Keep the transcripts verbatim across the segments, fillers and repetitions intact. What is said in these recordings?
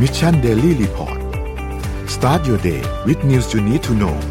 Mission Daily Report Start your day with news you need to know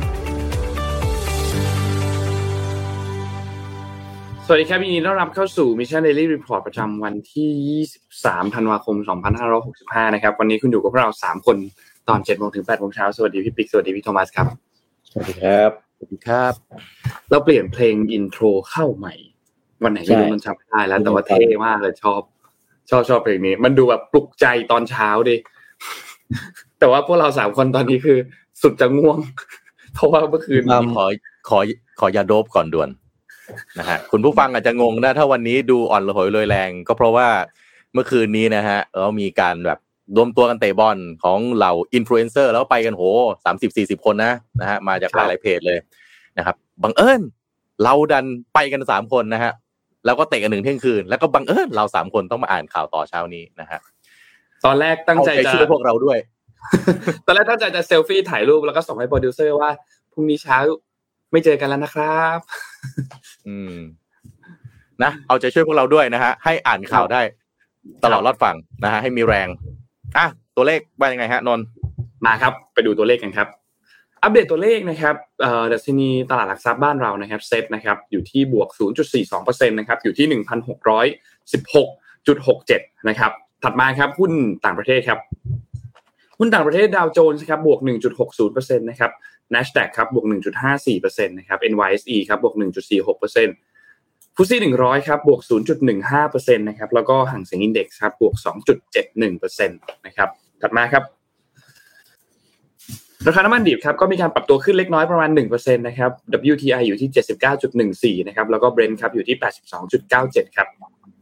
สวัสดีครับยินดีต้อนรับเข้าสู่ Mission Daily Report ประจำวันที่ยี่สิบสามธันวาคมสองพันห้าร้อยหกสิบห้านะครับวันนี้คุณอยู่กับพวกเราสามคนตอน เจ็ดโมง ถึง แปดโมง เช้าสวัสดีพี่ปิ๊กสวัสดีพี่โทมัสครับสวัสดีครับสวัสดีครับเราเปลี่ยนเพลงอินโทรเข้าใหม่วันไหนไม่รู้มันจำไม่ได้แล้วแต่ว่าเท่มากเลยชอบชอบชอบเพลงนี้มันดูแบบปลุกใจตอนเช้าดิแต่ว่าพวกเราสามคนตอนนี้คือสุดจะง่วงเพราะว่าเมื่อคืนขอขอขอยาโดบก่อนด่วนนะฮะคุณผู้ฟังอาจจะงงนะถ้าวันนี้ดูอ่อนระหยเลยแรงก็เพราะว่าเมื่อคืนนี้นะฮะเรามีการแบบรวมตัวกันเตะบอลของเหล่าอินฟลูเอนเซอร์แล้วไปกันโห สามสิบสี่สิบ คนนะนะฮะมาจากหลายๆเพจเลยนะครับบังเอิญเราดันไปกันสามคนนะฮะแล้วก็เตะกันหนึ่งเที่ยงคืนแล้วก็บังเอิญเราสามคนต้องมาอ่านข่าวต่อเช้านี้นะฮะตอนแรกตั้งใจจะช่วยพวกเราด้วยตอนแรกตั้งใจจะเซลฟี่ถ่ายรูปแล้วก็ส่งให้โปรดิวเซอร์ว่าพรุ่งนี้เช้าไม่เจอกันแล้วนะครับอืมนะเอาใจช่วยพวกเราด้วยนะฮะให้อ่านข่าวได้ตลอดรอดฝั่งนะฮะให้มีแรงอ่ะตัวเลขว่ายังไงฮะนนท์มาครับไปดูตัวเลขกันครับอัปเดตตัวเลขนะครับเอ่อดัชนีตลาดหลักทรัพย์บ้านเรานะครับเซ็ตนะครับอยู่ที่บวก ศูนย์จุดสี่สองเปอร์เซ็นต์ นะครับอยู่ที่ หนึ่งพันหกร้อยสิบหกจุดหกเจ็ด นะครับถัดมาครับหุ้นต่างประเทศครับหุ้นต่างประเทศดาวโจนส์ครับบวก หนึ่งจุดหกศูนย์เปอร์เซ็นต์ นะครับ NASDAQ ครับบวก หนึ่งจุดห้าสี่เปอร์เซ็นต์ นะครับ เอ็น วาย เอส อี ครับบวก หนึ่งจุดสี่หกเปอร์เซ็นต์ ฟุตซี่หนึ่งร้อยครับบวก ศูนย์จุดหนึ่งห้าเปอร์เซ็นต์ นะครับแล้วก็หังเส็งอินเด็กซ์ครับบวก สองจุดเจ็ดหนึ่งเปอร์เซ็นต์ นะครับถัดมาครับราคาน้ำมันดิบครับก็มีการปรับตัวขึ้นเล็กน้อยประมาณ หนึ่งเปอร์เซ็นต์ นะครับ ดับเบิลยู ที ไอ อยู่ที่ เจ็ดสิบเก้าจุดหนึ่งสี่ นะครับแล้วก็ Brent ครับอยู่ที่ แปดสิบสองจุดเก้าเจ็ด ครับ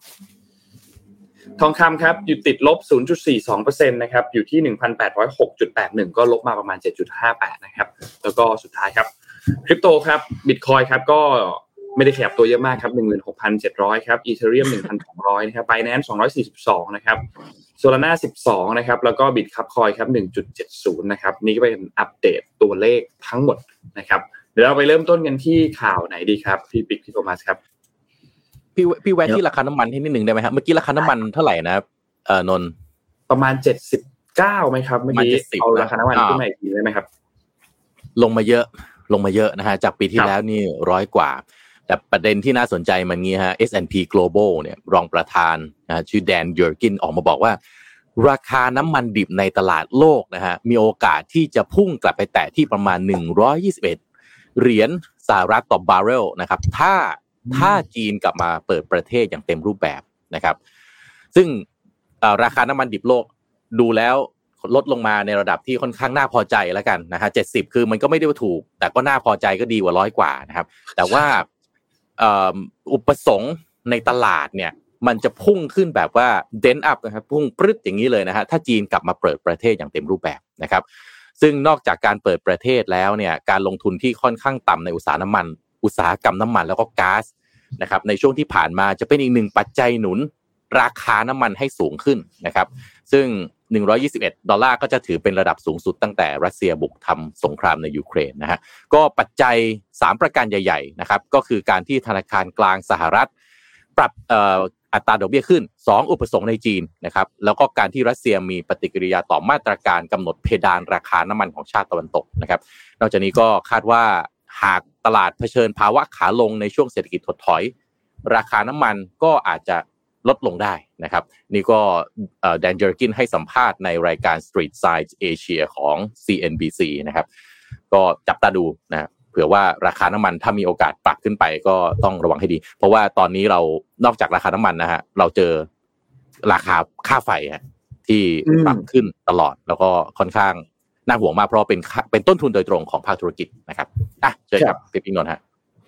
ทองคำครับอยู่ติดลบ ศูนย์จุดสี่สองเปอร์เซ็นต์ นะครับอยู่ที่ หนึ่งพันแปดร้อยหกจุดแปดหนึ่ง ก็ลบมาประมาณ เจ็ดจุดห้าแปด นะครับแล้วก็สุดท้ายครับคริปโตครับ Bitcoin ครับก็ไม่ได้ขยับตัวเยอะมากครับ หนึ่งหมื่นหกพันเจ็ดร้อย ครับ Ethereum หนึ่งพันสองร้อย นะครับ Binance สองร้อยสี่สิบสองนะครับ Solana สิบสองนะครับแล้วก็ Bitcoin ครับ หนึ่งจุดเจ็ดศูนย์ นะครับนี่ก็เป็นอัปเดตตัวเลขทั้งหมดนะครับเดี๋ยวเราไปเริ่มต้นกันที่ข่าวไหนดีครับพี่ปิ๊กพี่โทมัสครับพี่พี่แวะที่ราคาน้ำมันให้นิดนึงได้ไหมครับเมื่อกี้ราคาน้ำมันเท่าไหร่นะครับเอ่อนนท์ประมาณเจ็ดสิบเก้ามั้ยครับเมื่อกี้เอาราคาน้ำมันขึ้นมาอีกทีได้มั้ยครับลงมาเยอะลงมาเยอะนะฮะจากปีที่แล้วนี่ร้อยกว่าแต่ประเด็นที่น่าสนใจมันงี้ฮะ เอส แอนด์ พี Global เนี่ยรองประธานนะชื่อแดนเยอร์กินออกมาบอกว่าราคาน้ำมันดิบในตลาดโลกนะฮะมีโอกาสที่จะพุ่งกลับไปแตะที่ประมาณหนึ่งร้อยยี่สิบเอ็ดเหรียญสหรัฐต่อบาร์เรลนะครับถ้าถ้าจีนกลับมาเปิดประเทศอย่างเต็มรูปแบบนะครับซึ่งราคาน้ำมันดิบโลกดูแล้วลดลงมาในระดับที่ค่อนข้างน่าพอใจแล้วกันนะฮะเจ็ดสิบคือมันก็ไม่ได้ว่าถูกแต่ก็น่าพอใจก็ดีกว่าร้อยกว่านะครับแต่ว่าอุปสงค์ในตลาดเนี่ยมันจะพุ่งขึ้นแบบว่าเดนอัพนะครับพุ่งปรึ๊ดอย่างนี้เลยนะฮะถ้าจีนกลับมาเปิดประเทศอย่างเต็มรูปแบบนะครับซึ่งนอกจากการเปิดประเทศแล้วเนี่ยการลงทุนที่ค่อนข้างต่ำในอุตสาหน้ำมันอุตสาหกรรมน้ำมันแล้วก็ก๊าซนะครับในช่วงที่ผ่านมาจะเป็นอีกหนึ่งปัจจัยหนุนราคาน้ำมันให้สูงขึ้นนะครับซึ่งหนึ่งร้อยยี่สิบเอ็ดดอลลาร์ก็จะถือเป็นระดับสูงสุดตั้งแต่รัสเซียบุกทำสงครามในยูเครนนะฮะก็ปัจจัยสามประการใหญ่ๆนะครับก็คือการที่ธนาคารกลางสหรัฐปรับเอ่ออัตราดอกเบี้ยขึ้นสองอุปสงค์ในจีนนะครับแล้วก็การที่รัสเซียมีปฏิกิริยาต่อมาตรการกำหนดเพดานราคาน้ำมันของชาติตะวันตกนะครับนอกจากนี้ก็คาดว่าหากตลาดเผชิญภาวะขาลงในช่วงเศรษฐกิจถดถอยราคาน้ำมันก็อาจจะลดลงได้นะครับนี่ก็แดนเจอร์กินให้สัมภาษณ์ในรายการ Street Sides Asia ของ ซี เอ็น บี ซี นะครับก็จับตาดูนะเผื่อว่าราคาน้ำมันถ้ามีโอกาสปรับขึ้นไปก็ต้องระวังให้ดีเพราะว่าตอนนี้เรานอกจากราคาน้ำมันนะฮะเราเจอราคาค่าไฟฮะที่ปรับขึ้นตลอดแล้วก็ค่อนข้างน่าห่วงมากเพราะเป็นเป็นต้นทุนโดยตรงของภาคธุรกิจนะครับอ่ะเชิญครับพี่ปิ๊งนนท์ฮะ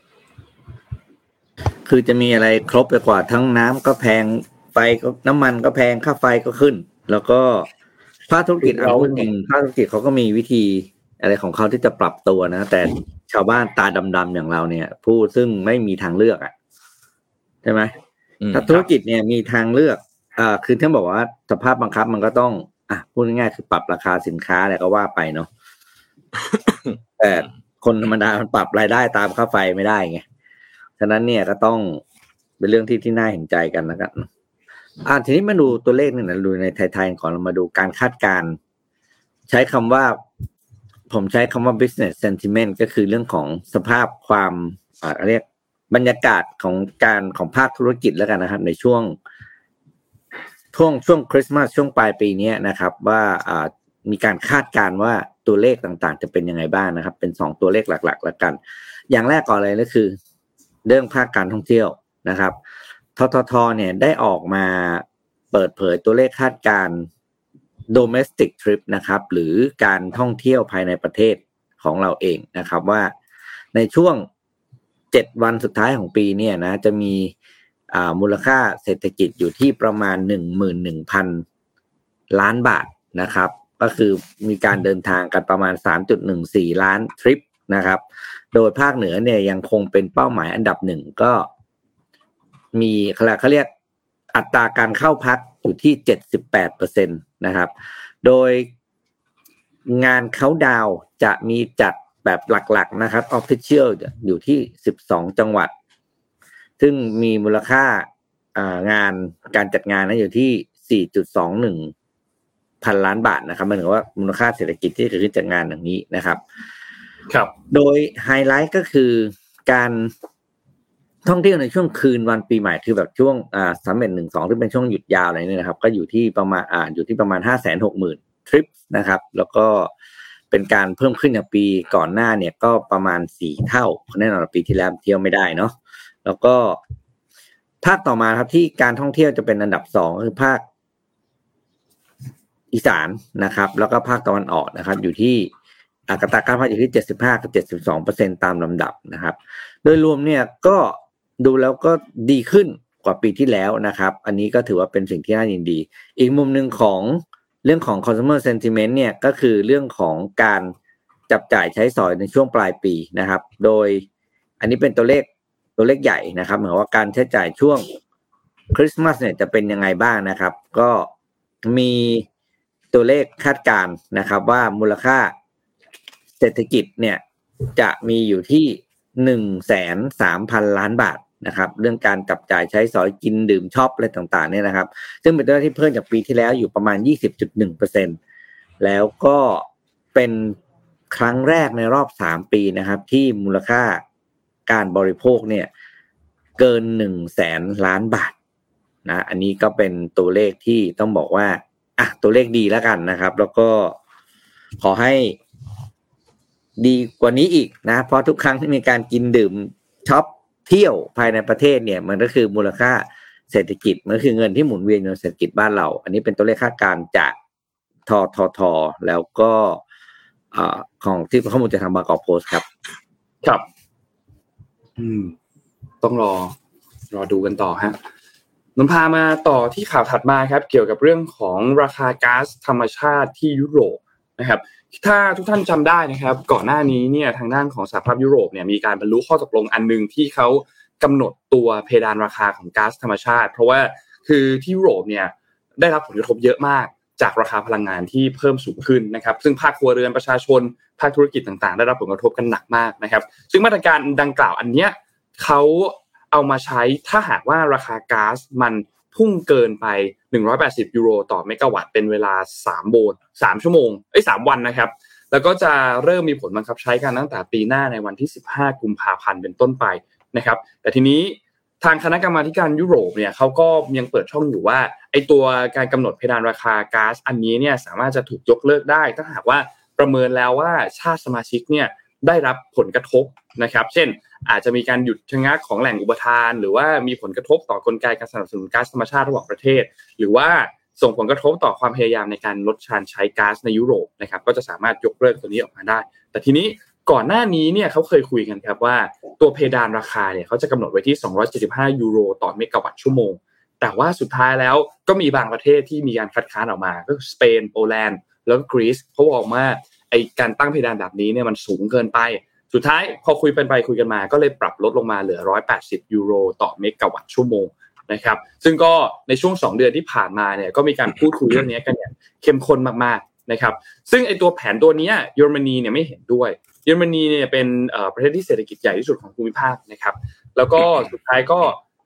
คือจะมีอะไรครบไปกว่าทั้งน้ำก็แพงไฟก็น้ำมันก็แพงค่าไฟก็ขึ้นแล้วก็ภาคธุรกิจเอาจริงภาคธุรกิจเขาก็มีวิธีอะไรของเขาที่จะปรับตัวนะแต่ชาวบ้านตาดำๆอย่างเราเนี่ยผู้ซึ่งไม่มีทางเลือกอ่ะใช่ไหมถ้าธุรกิจเนี่ยมีทางเลือกอ่าคือท่านบอกว่าสภาพบังคับมันก็ต้องอ่ะพูดง่ายๆคือปรับราคาสินค้าอะไรก็ว่าไปเนาะ แต่คนธรรมดามันปรับรายได้ตามค่าไฟไม่ได้ไงฉะนั้นเนี่ยก็ต้องเป็นเรื่องที่ที่น่าเห็นใจกันแล้วกันอ่าทีนี้มาดูตัวเลขนึงนะดูในไทยๆก่อนเรามาดูการคาดการณ์ใช้คำว่าผมใช้คำว่า business sentiment ก็คือเรื่องของสภาพความอ่าเรียกบรรยากาศของการของภาคธุรกิจแล้วกันนะครับในช่วงช่วงช่วงคริสต์มาสช่วงปลายปีนี้นะครับว่าอ่ามีการคาดการณ์ว่าตัวเลขต่างๆจะเป็นยังไงบ้างนะครับเป็นสองตัวเลขหลักๆแล้วกันอย่างแรกก่อนเลยก็คือเรื่องภาคการท่องเที่ยวนะครับทททเนี่ยได้ออกมาเปิดเผยตัวเลขคาดการณ์ domestic trip นะครับหรือการท่องเที่ยวภายในประเทศของเราเองนะครับว่าในช่วงเจ็ดวันสุดท้ายของปีเนี่ยนะจะมีอ่ามูลค่าเศรษฐกิจอยู่ที่ประมาณ หนึ่งหมื่นหนึ่งพัน ล้านบาทนะครับก็คือมีการเดินทางกันประมาณ สามจุดหนึ่งสี่ ล้านทริปนะครับโดยภาคเหนือเนี่ยยังคงเป็นเป้าหมายอันดับหนึ่งก็มีเขาเรียกอัตราการเข้าพักอยู่ที่ เจ็ดสิบแปดเปอร์เซ็นต์ นะครับโดยงานเค้าดาวน์จะมีจัดแบบหลักๆนะครับ Official อยู่ที่สิบสองจังหวัดซึ่งมีมูลค่าอ่างานการจัดงานนั้นอยู่ที่ สี่จุดสองหนึ่ง พันล้านบาทนะครับหมายถึงว่ามูลค่าเศรษฐกิจที่เกิดขึ้นจากงานอย่างนี้นะครับครับโดยไฮไลท์ก็คือการท่องเที่ยวในช่วงคืนวันปีใหม่คือแบบช่วงอ่าสามสิบเอ็ด หนึ่ง สองที่เป็นช่วงหยุดยาวอะไรนี่นะครับก็อยู่ที่ประมาณอ่าอยู่ที่ประมาณ ห้าแสนหกหมื่น ทริปนะครับแล้วก็เป็นการเพิ่มขึ้นจากปีก่อนหน้าเนี่ยก็ประมาณสี่เท่าแน่นอนปีที่แล้วเที่ยวไม่ได้เนาะแล้วก็ภาคต่อมาครับที่การท่องเที่ยวจะเป็นอันดับสองคือภาคอีสานนะครับแล้วก็ภาคตะวันออกนะครับอยู่ที่อัตราการเข้าพักอยู่ที่ เจ็ดสิบห้า กับ เจ็ดสิบสองเปอร์เซ็นต์ ตามลำดับนะครับโดยรวมเนี่ยก็ดูแล้วก็ดีขึ้นกว่าปีที่แล้วนะครับอันนี้ก็ถือว่าเป็นสิ่งที่น่ายินดีอีกมุมนึงของเรื่องของ consumer sentiment เนี่ยก็คือเรื่องของการจับจ่ายใช้สอยในช่วงปลายปีนะครับโดยอันนี้เป็นตัวเลขตัวเลขใหญ่นะครับหมายว่าการใช้จ่ายช่วงคริสต์มาสเนี่ยจะเป็นยังไงบ้างนะครับก็มีตัวเลขคาดการณ์นะครับว่ามูลค่าเศรษฐกิจเนี่ยจะมีอยู่ที่ หนึ่งแสนสามพัน ล้านบาทนะครับเรื่องการจับจ่ายใช้สอยกินดื่มช็อปอะไรต่างๆเนี่ยนะครับซึ่งเป็นตัวเลขที่เพิ่มจากปีที่แล้วอยู่ประมาณ ยี่สิบจุดหนึ่งเปอร์เซ็นต์ แล้วก็เป็นครั้งแรกในรอบสามปีนะครับที่มูลค่าการบริโภคเนี่ยเกิน หนึ่งแสน ล้านบาทนะอันนี้ก็เป็นตัวเลขที่ต้องบอกว่าอ่ะตัวเลขดีแล้วกันนะครับแล้วก็ขอให้ดีกว่านี้อีกนะเพราะทุกครั้งที่มีการกินดื่มช็อปเที่ยวภายในประเทศเนี่ยมันก็คือมูลค่าเศรษฐกิจมันคือเงินที่หมุนเวียนในเศรษฐกิจบ้านเราอันนี้เป็นตัวเลขคาดการณ์จากทททแล้วก็อ่าของที่ข้อมูลจากทางบางกอกโพสต์ครับครับอืมต้องรอรอดูกันต่อฮะนำพามาต่อที่ข่าวถัดมาครับเกี่ยวกับเรื่องของราคาก๊าซธรรมชาติที่ยุโรปนะครับถ้าทุกท่านจำได้นะครับก่อนหน้านี้เนี่ยทางด้านของสหภาพยุโรปเนี่ยมีการบรรลุข้อตกลงอันนึงที่เขากำหนดตัวเพดานราคาของก๊าซธรรมชาติเพราะว่าคือที่ยุโรปเนี่ยได้รับผลกระทบเยอะมากจากราคาพลังงานที่เพิ่มสูงขึ้นนะครับซึ่งภาคครัวเรือนประชาชนภาคธุรกิจต่างๆได้รับผลกระทบกันหนักมากนะครับซึ่งมาตรการดังกล่าวอันเนี้ยเขาเอามาใช้ถ้าหากว่าราคาก๊าซมันพุ่งเกินไปหนึ่งร้อยแปดสิบยูโรต่อเมกะวัตต์เป็นเวลาสามโมงสามชั่วโมงเอ้ยสามวันนะครับแล้วก็จะเริ่มมีผลบังคับใช้กันตั้งแต่ปีหน้าในวันที่สิบห้ากุมภาพันธ์เป็นต้นไปนะครับแต่ทีนี้ทางคณะกรรมาธิการยุโรปเนี่ยเขาก็ยังเปิดช่องอยู่ว่าไอ้ตัวการกำหนดเพดานราคาก๊าซอันนี้เนี่ยสามารถจะถูกยกเลิกได้ถ้าหากว่าประเมินแล้วว่าชาติสมาชิกเนี่ยได้รับผลกระทบนะครับเช่นอาจจะมีการหยุดชะงักของแหล่งอุปทานหรือว่ามีผลกระทบต่อกลไกการสนับสนุนก๊าซธรรมชาติระหว่างประเทศหรือว่าส่งผลกระทบต่อความพยายามในการลดการใช้ก๊าซในยุโรปนะครับก็จะสามารถยกเลิกตัวนี้ออกมาได้แต่ทีนี้ก่อนหน้านี้เนี่ยเขาเคยคุยกันครับว่าตัวเพดานราคาเนี่ยเขาจะกำหนดไว้ที่สองร้อยเจ็ดสิบห้ายูโรต่อเมกะวัตต์ชั่วโมงแต่ว่าสุดท้ายแล้วก็มีบางประเทศที่มีการคัดค้านออกมาก็คือสเปนโปแลนด์แล้วก็กรีซเขาบอกว่าไอ้การตั้งเพดานแบบนี้เนี่ยมันสูงเกินไปสุดท้ายพอคุยกันไปคุยกันมาก็เลยปรับลดลงมาเหลือหนึ่งร้อยแปดสิบยูโรต่อเมกะวัตต์ชั่วโมงนะครับซึ่งก็ในช่วงสองเดือนที่ผ่านมาเนี่ยก็มีการพูดคุยเรื่องนี้กันอย่างเข้มข้นมากๆนะครับซึ่งไอ้ตัวแผนตัวนี้เยอรมนีเนี่ยไม่เห็นด้วยเยอรมนีเนี่ยเป็นเอ่อประเทศที่เศรษฐกิจใหญ่ที่สุดของภูมิภาคนะครับแล้วก็สุดท้ายก็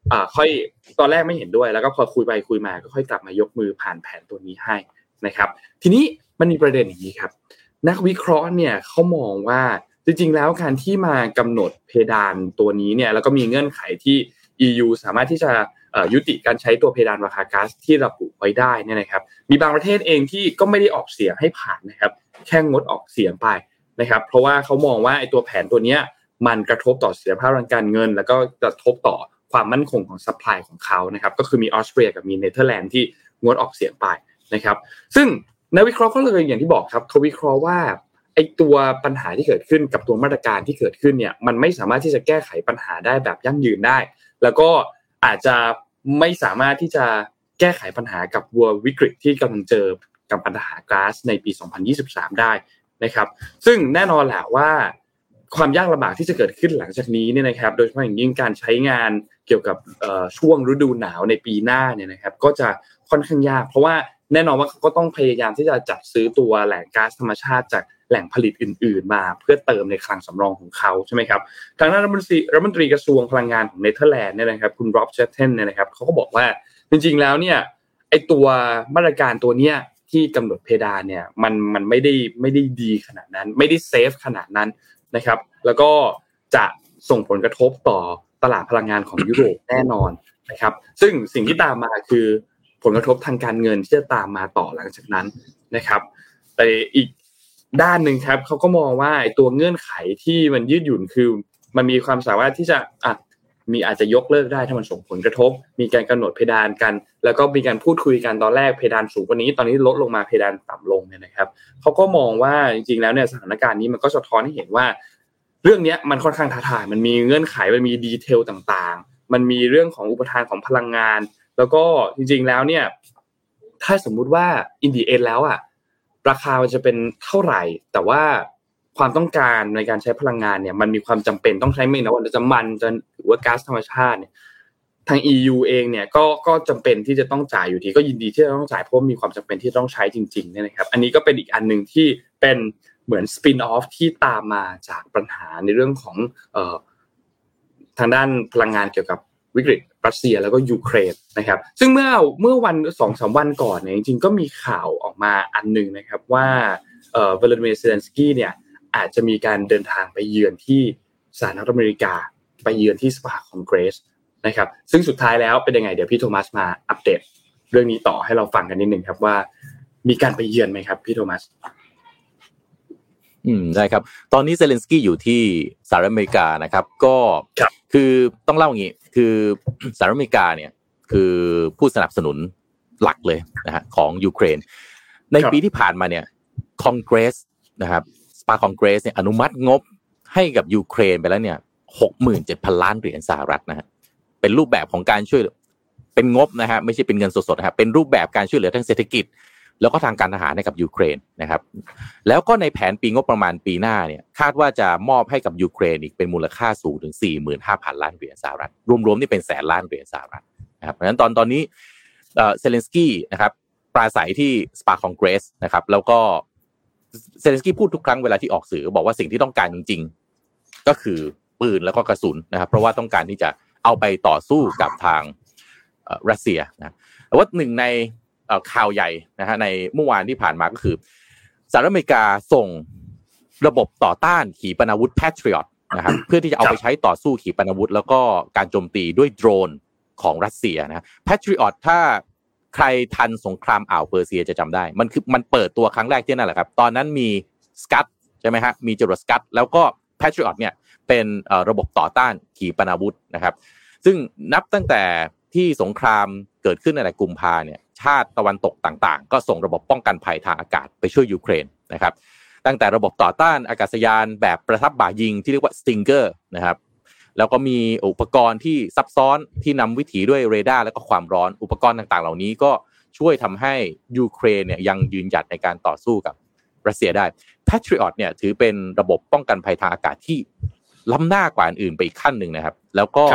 อ่าค่อยตอนแรกไม่เห็นด้วยแล้วก็พอคุยไปคุยมาก็ค่อยกลับมายกมือผ่านแผนตัวนี้ให้นะครับทีนี้มันมีประเด็นอย่างนี้ครับนักวิเคราะห์เนี่ยเขามองว่าจริงๆแล้วการที่มากำหนดเพดานตัวนี้เนี่ยแล้วก็มีเงื่อนไขที่ อี ยู สามารถที่จะยุติการใช้ตัวเพดานราคาก๊าซที่ระบุไว้ได้เนี่ยนะครับมีบางประเทศเองที่ก็ไม่ได้ออกเสียงให้ผ่านนะครับแค่งดออกเสียงไปนะครับเพราะว่าเขามองว่าไอ้ตัวแผนตัวเนี้ยมันกระทบต่อเสถียรภาพทางการเงินแล้วก็กระทบต่อความมั่นคงของซัพพลายของเขานะครับก็คือมีออสเตรียกับมีเนเธอร์แลนด์ที่งดออกเสียงไปนะครับซึ่งนักวิเคราะห์ก็เลยอย่างที่บอกครับเขาวิเคราะห์ว่าไอ้ตัวปัญหาที่เกิดขึ้นกับตัวมาตรการที่เกิดขึ้นเนี่ยมันไม่สามารถที่จะแก้ไขปัญหาได้แบบยั่งยืนได้แล้วก็อาจจะไม่สามารถที่จะแก้ไขปัญหากับวิกฤตที่กำลังเจอกับปัญหาก๊าซในปีสองพันยี่สิบสามได้นะครับซึ่งแน่นอนแหละว่าความยากลำบากที่จะเกิดขึ้นหลังจากนี้เนี่ยนะครับโดยเฉพาะอย่างยิ่งการใช้งานเกี่ยวกับช่วงฤดูหนาวในปีหน้าเนี่ยนะครับก็จะค่อนข้างยากเพราะว่าแน่นอนว่าเขาก็ต้องพยายามที่จะจัดซื้อตัวแหล่งก๊าซธรรมชาติจากแหล่งผลิตอื่นๆมาเพื่อเติมในคลังสำรองของเขาใช่ไหมครับทางด้านรัฐมนตรีรัฐมนตรีกระทรวงพลังงานของเนเธอร์แลนด์เนี่ยนะครับคุณร็อบเชตเทนเนี่ยนะครับเขาก็บอกว่าจริงๆแล้วเนี่ยไอตัวมาตรการตัวเนี้ยที่กำหนดเพดานเนี่ยมันมันไม่ได้ไม่ได้ดีขนาดนั้นไม่ได้เซฟขนาดนั้นนะครับแล้วก็จะส่งผลกระทบต่อตลาดพลังงานของยุโรปแน่นอนนะครับซึ่งสิ่งที่ตามมาคือผลกระทบทางการเงินที่จะตามมาต่อหลังจากนั้นนะครับแต่อีกด้านนึงครับเขาก็มองว่าไอ้ตัวเงื่อนไขที่มันยืดหยุ่นคือมันมีความสามารถที่จะอ่ะมีอาจจะยกเลิกได้ถ้ามันส่งผลกระทบมีการกำหนดเพดานกันแล้วก็มีการพูดคุยกันตอนแรกเพดานสูงกว่านี้ตอนนี้ลดลงมาเพดานต่ำลงเนี่ยนะครับเขาก็มองว่าจริงๆแล้วเนี่ยสถานการณ์นี้มันก็สะท้อนให้เห็นว่าเรื่องนี้มันค่อนข้างท้าทายมันมีเงื่อนไขมันมีดีเทลต่างๆมันมีเรื่องของอุปทานของพลังงานแล้วก็จริงๆแล้วเนี่ยถ้าสมมุติว่าอินดีเอ็นแล้วอ่ะราคามันจะเป็นเท่าไหร่แต่ว่าความต้องการในการใช้พลังงานเนี่ยมันมีความจำเป็นต้องใช้ไม่นะว่าจะมันจะหรือว่าก๊าซธรรมชาติเนี่ยทาง อี ยู เองเนี่ยก็ก็จำเป็นที่จะต้องจ่ายอยู่ดีก็ยินดีที่จะต้องจ่ายเพราะมีความจำเป็นที่ต้องใช้จริงๆเนี่ยนะครับอันนี้ก็เป็นอีกอันนึงที่เป็นเหมือนสปินออฟที่ตามมาจากปัญหาในเรื่องของเอ่อทางด้านพลังงานเกี่ยวกับวิกฤตรัสเซียแล้วก็ยูเครนนะครับซึ่งเมื่อเมื่อวัน สองถึงสาม วันก่อนเนี่ยจริงๆก็มีข่าวออกมาอันนึงนะครับว่าเอ่อวลาดิเมียร์เซเลนสกี้เนี่ยอาจจะมีการเดินทางไปเยือนที่สหรัฐอเมริกาไปเยือนที่สภาคองเกรสนะครับซึ่งสุดท้ายแล้วเป็นยังไงเดี๋ยวพี่โทมัสมาอัปเดตเรื่องนี้ต่อให้เราฟังกันนิดนึงครับว่ามีการไปเยือนไหมครับพี่โทมัสอืมได้ครับตอนนี้เซเลนสกี้อยู่ที่สหรัฐอเมริกานะครับก็คือต้องเล่าอย่างนี้คือสหรัฐอเมริกาเนี่ยคือผู้สนับสนุนหลักเลยนะฮะของยูเครนในปีที่ผ่านมาเนี่ยคองเกรสนะครับสภาคองเกรสเนี่ยอนุมัติงบให้กับยูเครนไปแล้วเนี่ย หกหมื่นเจ็ดพัน ล้านเหรียญสหรัฐนะฮะเป็นรูปแบบของการช่วยเป็นงบนะฮะไม่ใช่เป็นเงินสดๆนะครับเป็นรูปแบบการช่วยเหลือทางเศรษฐกิจแล้วก็ทางการทหารให้กับยูเครนนะครับแล้วก็ในแผนปีงบประมาณปีหน้าเนี่ยคาดว่าจะมอบให้กับยูเครนอีกเป็นมูลค่าสูงถึง สี่หมื่นห้าพัน ล้านเหรียญสหรัฐรวมๆนี่เป็นแสนล้านเหรียญสหรัฐนะครับเพราะฉะนั้นตอนตอนนี้เอ่อเซเลนสกี้นะครับปราศัยที่สภาคองเกรสนะครับแล้วก็เซเลนสกี้พูดทุกครั้งเวลาที่ออกสื่อบอกว่าสิ่งที่ต้องการจริงๆก็คือปืนแล้วก็กระสุนนะครับเพราะว่าต้องการที่จะเอาไปต่อสู้กับทางเอ่อรัสเซียนะแต่ว่าหนึ่งในเอ่อข่าวใหญ่นะฮะในเมื่อวานที่ผ่านมาก็คือสหรัฐอเมริกาส่งระบบต่อต้านขีปนาวุธ Patriot นะครับเพื่อที่จะเอาไปใช้ต่อสู้ขีปนาวุธแล้วก็การโจมตีด้วยโดรนของรัสเซียนะ Patriot ถ้าใครทันสงครามอ่าวเปอร์เซียจะจำได้มันคือมันเปิดตัวครั้งแรกที่นั่นแหละครับตอนนั้นมีสกัดใช่ไหมฮะมีจรวดสกัดแล้วก็ Patriot เนี่ยเป็นเอ่อระบบต่อต้านขีปนาวุธนะครับซึ่งนับตั้งแต่ที่สงครามเกิดขึ้นในกุมภาเนี่ยชาติตะวันตกต่างๆก็ส่งระบบป้องกันภัยทางอากาศไปช่วยยูเครนนะครับตั้งแต่ระบบต่อต้านอากาศยานแบบประทับบ่ายิงที่เรียกว่า Stinger นะครับแล้วก็มีอุปกรณ์ที่ซับซ้อนที่นำวิถีด้วยเรดาร์และก็ความร้อนอุปกรณ์ต่างๆเหล่านี้ก็ช่วยทำให้ยูเครนเนี่ยยังยืนหยัดในการต่อสู้กับรัสเซียได้ Patriot เนี่ยถือเป็นระบบป้องกันภัยทางอากาศที่ล้ำหน้ากว่าอื่นไปอีกขั้นหนึ่งนะครับแล้วก็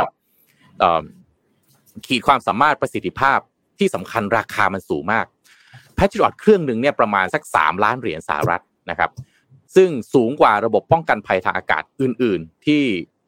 ขีดความสามารถประสิทธิภาพที่สำคัญราคามันสูงมาก Patriot เครื่องนึงเนี่ยประมาณสักสามล้านเหรียญสหรัฐนะครับซึ่งสูงกว่าระบบป้องกันภัยทางอากาศอื่นๆที่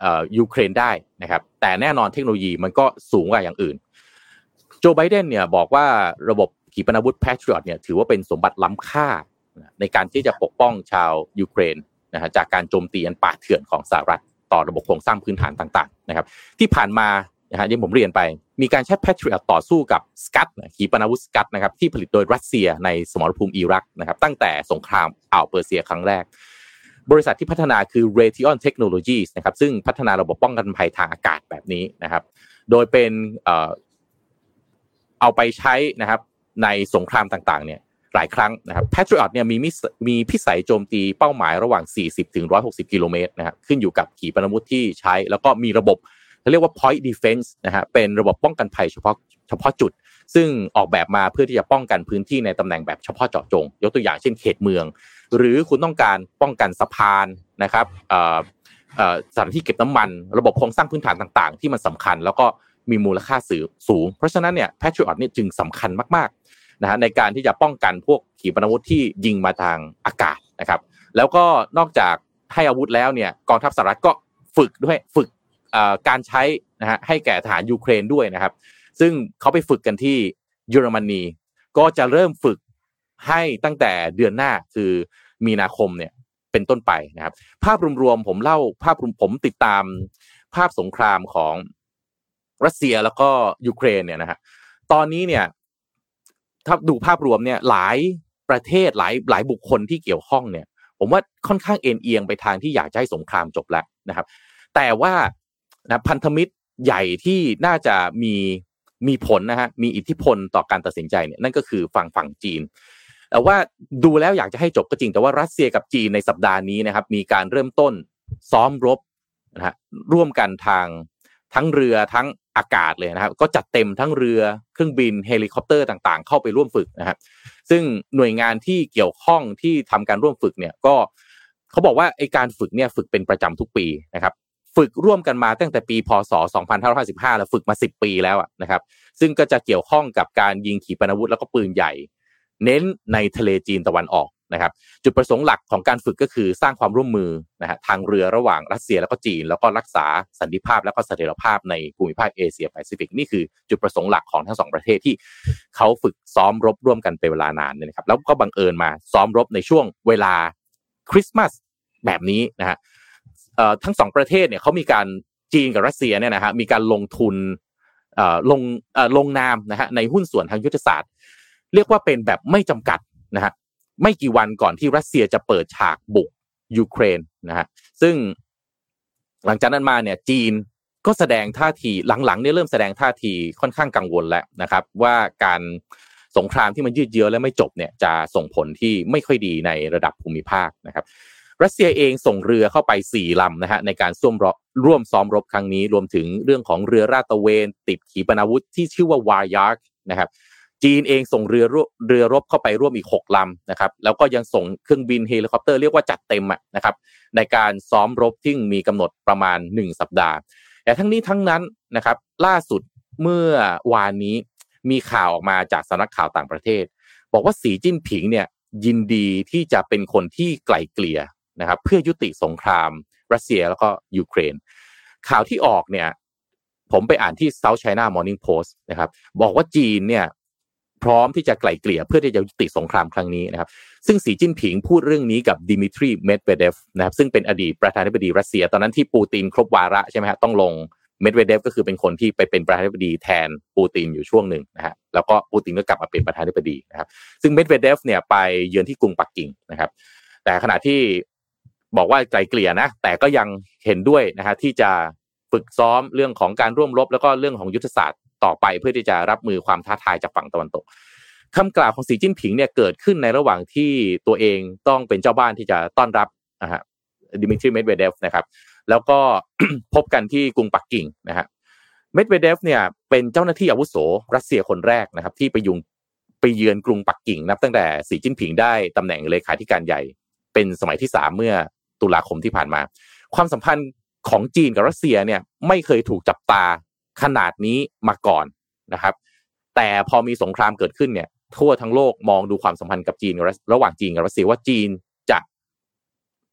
เอ่อยูเครนได้นะครับแต่แน่นอนเทคโนโลยีมันก็สูงกว่าอย่างอื่นโจไบเดนเนี่ยบอกว่าระบบขีปนาวุธ Patriot เนี่ยถือว่าเป็นสมบัติล้ำค่าในการที่จะปกป้องชาวยูเครนนะฮะจากการโจมตีอันป่าเถื่อนของสหรัฐต่อระบบโครงสร้างพื้นฐานต่างๆนะครับที่ผ่านมานะฮะที่ผมเรียนไปมีการใช้ Patriot ต่อสู้กับสกัดขีปนาวุธสกัดนะครับที่ผลิตโดยรัสเซียในสมรภูมิอิรักนะครับตั้งแต่สงครามอ่าวเปอร์เซียครั้งแรกบริษัทที่พัฒนาคือ Raytheon Technologies นะครับซึ่งพัฒนาระบบป้องกันภัยทางอากาศแบบนี้นะครับโดยเป็นเอ่อเอาไปใช้นะครับในสงครามต่างๆเนี่ยหลายครั้งนะครับ Patriot เนี่ยมีมีพิสัยโจมตีเป้าหมายระหว่าง สี่สิบถึงหนึ่งร้อยหกสิบ กิโลเมตรนะครับขึ้นอยู่กับขีปนาวุธที่ใช้แล้วก็มีระบบเขาเรียกว่า point defense นะฮะเป็นระบบป้องกันภัยเฉพาะเฉพาะจุดซึ่งออกแบบมาเพื่อที่จะป้องกันพื้นที่ในตำแหน่งแบบเฉพาะเจาะจงยกตัวอย่างเช่นเขตเมืองหรือคุณต้องการป้องกันสะพานนะครับเอ่อเอ่อสถานที่เก็บน้ำมันระบบโครงสร้างพื้นฐานต่างๆที่มันสำคัญแล้วก็มีมูลค่าสูงเพราะฉะนั้นเนี่ย Patriot เนี่ยจึงสำคัญมากๆนะฮะในการที่จะป้องกันพวกขีปนาวุธที่ยิงมาทางอากาศนะครับแล้วก็นอกจากให้อาวุธแล้วเนี่ยกองทัพสหรัฐก็ฝึกด้วยฝึกการใช้นะฮะให้แก่ทหารยูเครนด้วยนะครับซึ่งเขาไปฝึกกันที่เยอรมนีก็จะเริ่มฝึกให้ตั้งแต่เดือนหน้าคือมีนาคมเนี่ยเป็นต้นไปนะครับภาพรวมๆผมเล่าภาพผมติดตามภาพสงครามของรัสเซียแล้วก็ยูเครนเนี่ยนะฮะตอนนี้เนี่ยถ้าดูภาพรวมเนี่ยหลายประเทศหลายหลายบุคคลที่เกี่ยวข้องเนี่ยผมว่าค่อนข้างเอ็นเอียงไปทางที่อยากจะให้สงครามจบแล้วนะครับแต่ว่านะพันธมิตรใหญ่ที่น่าจะมีมีผลนะฮะมีอิทธิพลต่อการตัดสินใจเนี่ยนั่นก็คือฝั่งฝั่งจีนแต่ว่าดูแล้วอยากจะให้จบก็จริงแต่ว่ารัสเซียกับจีนในสัปดาห์นี้นะครับมีการเริ่มต้นซ้อมรบนะฮะร่วมกันทางทั้งเรือทั้งอากาศเลยนะครับก็จัดเต็มทั้งเรือเครื่องบินเฮลิคอปเตอร์ต่างๆเข้าไปร่วมฝึกนะครับซึ่งหน่วยงานที่เกี่ยวข้องที่ทำการร่วมฝึกเนี่ยก็เขาบอกว่าไอ้การฝึกเนี่ยฝึกเป็นประจำทุกปีนะครับฝึกร่วมกันมาตั้งแต่ปีพ.ศ. สองพันห้าร้อยห้าสิบห้าแล้วฝึกมาสิบปีแล้วนะครับซึ่งก็จะเกี่ยวข้องกับการยิงขีปนาวุธแล้วก็ปืนใหญ่เน้นในทะเลจีนตะวันออกนะครับจุดประสงค์หลักของการฝึกก็คือสร้างความร่วมมือนะฮะทางเรือระหว่างรัสเซียแล้วก็จีนแล้วก็รักษาสันติภาพแล้วก็เสถียรภาพในภูมิภาคเอเชียแปซิฟิกนี่คือจุดประสงค์หลักของทั้งสองประเทศที่เขาฝึกซ้อมรบร่วมกันเป็นเวลานานนะครับแล้วก็บังเอิญมาซ้อมรบในช่วงเวลาคริสต์มาสแบบนี้นะฮะเอ่อทั้งสองประเทศเนี่ยเขามีการจีนกับรัสเซียเนี่ยนะฮะมีการลงทุนเอ่อลงเอ่อลงนามนะฮะในหุ้นส่วนทางยุทธศาสตร์เรียกว่าเป็นแบบไม่จำกัดนะฮะไม่กี่วันก่อนที่รัสเซียจะเปิดฉากบุกยูเครนนะฮะซึ่งหลังจากนั้นมาเนี่ยจีนก็แสดงท่าทีหลังๆเนี่ยเริ่มแสดงท่าทีค่อนข้างกังวลแล้วนะครับว่าการสงครามที่มันยืดเยื้อและไม่จบเนี่ยจะส่งผลที่ไม่ค่อยดีในระดับภูมิภาคนะครับรัสเซียเองส่งเรือเข้าไปสี่ลำนะฮะในการร่วมรบร่วมซ้อมรบครั้งนี้รวมถึงเรื่องของเรือลาดตระเวนติดขีปนาวุธที่ชื่อว่าวายาร์กนะครับจีนเองส่งเรือเรือรบเข้าไปร่วมอีกหกลำนะครับแล้วก็ยังส่งเครื่องบินเฮลิคอปเตอร์เรียกว่าจัดเต็มนะครับในการซ้อมรบที่มีกำหนดประมาณหนึ่งสัปดาห์แต่ทั้งนี้ทั้งนั้นนะครับล่าสุดเมื่อวานนี้มีข่าวออกมาจากสำนักข่าวต่างประเทศบอกว่าสีจิ้นผิงเนี่ยยินดีที่จะเป็นคนที่ไกล่เกลี่ยนะครับเพื่อยุติสงครามรัสเซียแล้วก็ยูเครนข่าวที่ออกเนี่ยผมไปอ่านที่ South China Morning Post นะครับบอกว่าจีนเนี่ยพร้อมที่จะไกล่เกลี่ยเพื่อที่จะยุติสงครามครั้งนี้นะครับซึ่งสีจิ้นผิงพูดเรื่องนี้กับดิมิทรีเมดเวเดฟนะครับซึ่งเป็นอดีตประธานาธิบดีรัสเซียตอนนั้นที่ปูตินครบวาระใช่ไหมฮะต้องลงเมดเวเดฟก็คือเป็นคนที่ไปเป็นประธานาธิบดีแทนปูตินอยู่ช่วงหนึ่งนะฮะแล้วก็ปูตินก็กลับมาเป็นประธานาธิบดีนะครับซึ่งเมดเวเดฟเนี่ยไปเยือนที่กรุงปักกิ่งนะครับแต่ขณะที่บอกว่าไกลเกลี่ยนะแต่ก็ยังเห็นด้วยนะฮะที่จะฝึกซ้อมเรื่องของการร่วมรบแล้วก็เรื่องของยุทธศาสตร์ต่อไปเพื่อที่จะรับมือความท้าทายจากฝั่งตะวันตกคำกล่าวของสีจิ้นผิงเนี่ยเกิดขึ้นในระหว่างที่ตัวเองต้องเป็นเจ้าบ้านที่จะต้อนรับนะฮะดิมิทรีเมดเวเดฟนะครับแล้วก็ พบกันที่กรุงปักกิ่งนะฮะเมดเวเดฟเนี่ยเป็นเจ้าหน้าที่อาวุโสรัสเซียคนแรกนะครับที่ไปยุงไปเยือนกรุงปักกิ่งนับตั้งแต่สีจิ้นผิงได้ตำแหน่งเลขาธิการใหญ่เป็นสมัยที่สามเมื่อตุลาคมที่ผ่านมาความสัมพันธ์ของจีนกับรัสเซียเนี่ยไม่เคยถูกจับตาขนาดนี้มาก่อนนะครับแต่พอมีสงครามเกิดขึ้นเนี่ยทั่วทั้งโลกมองดูความสัมพันธ์กับจีนระหว่างจีนกับรัสเซียว่าจีนจะ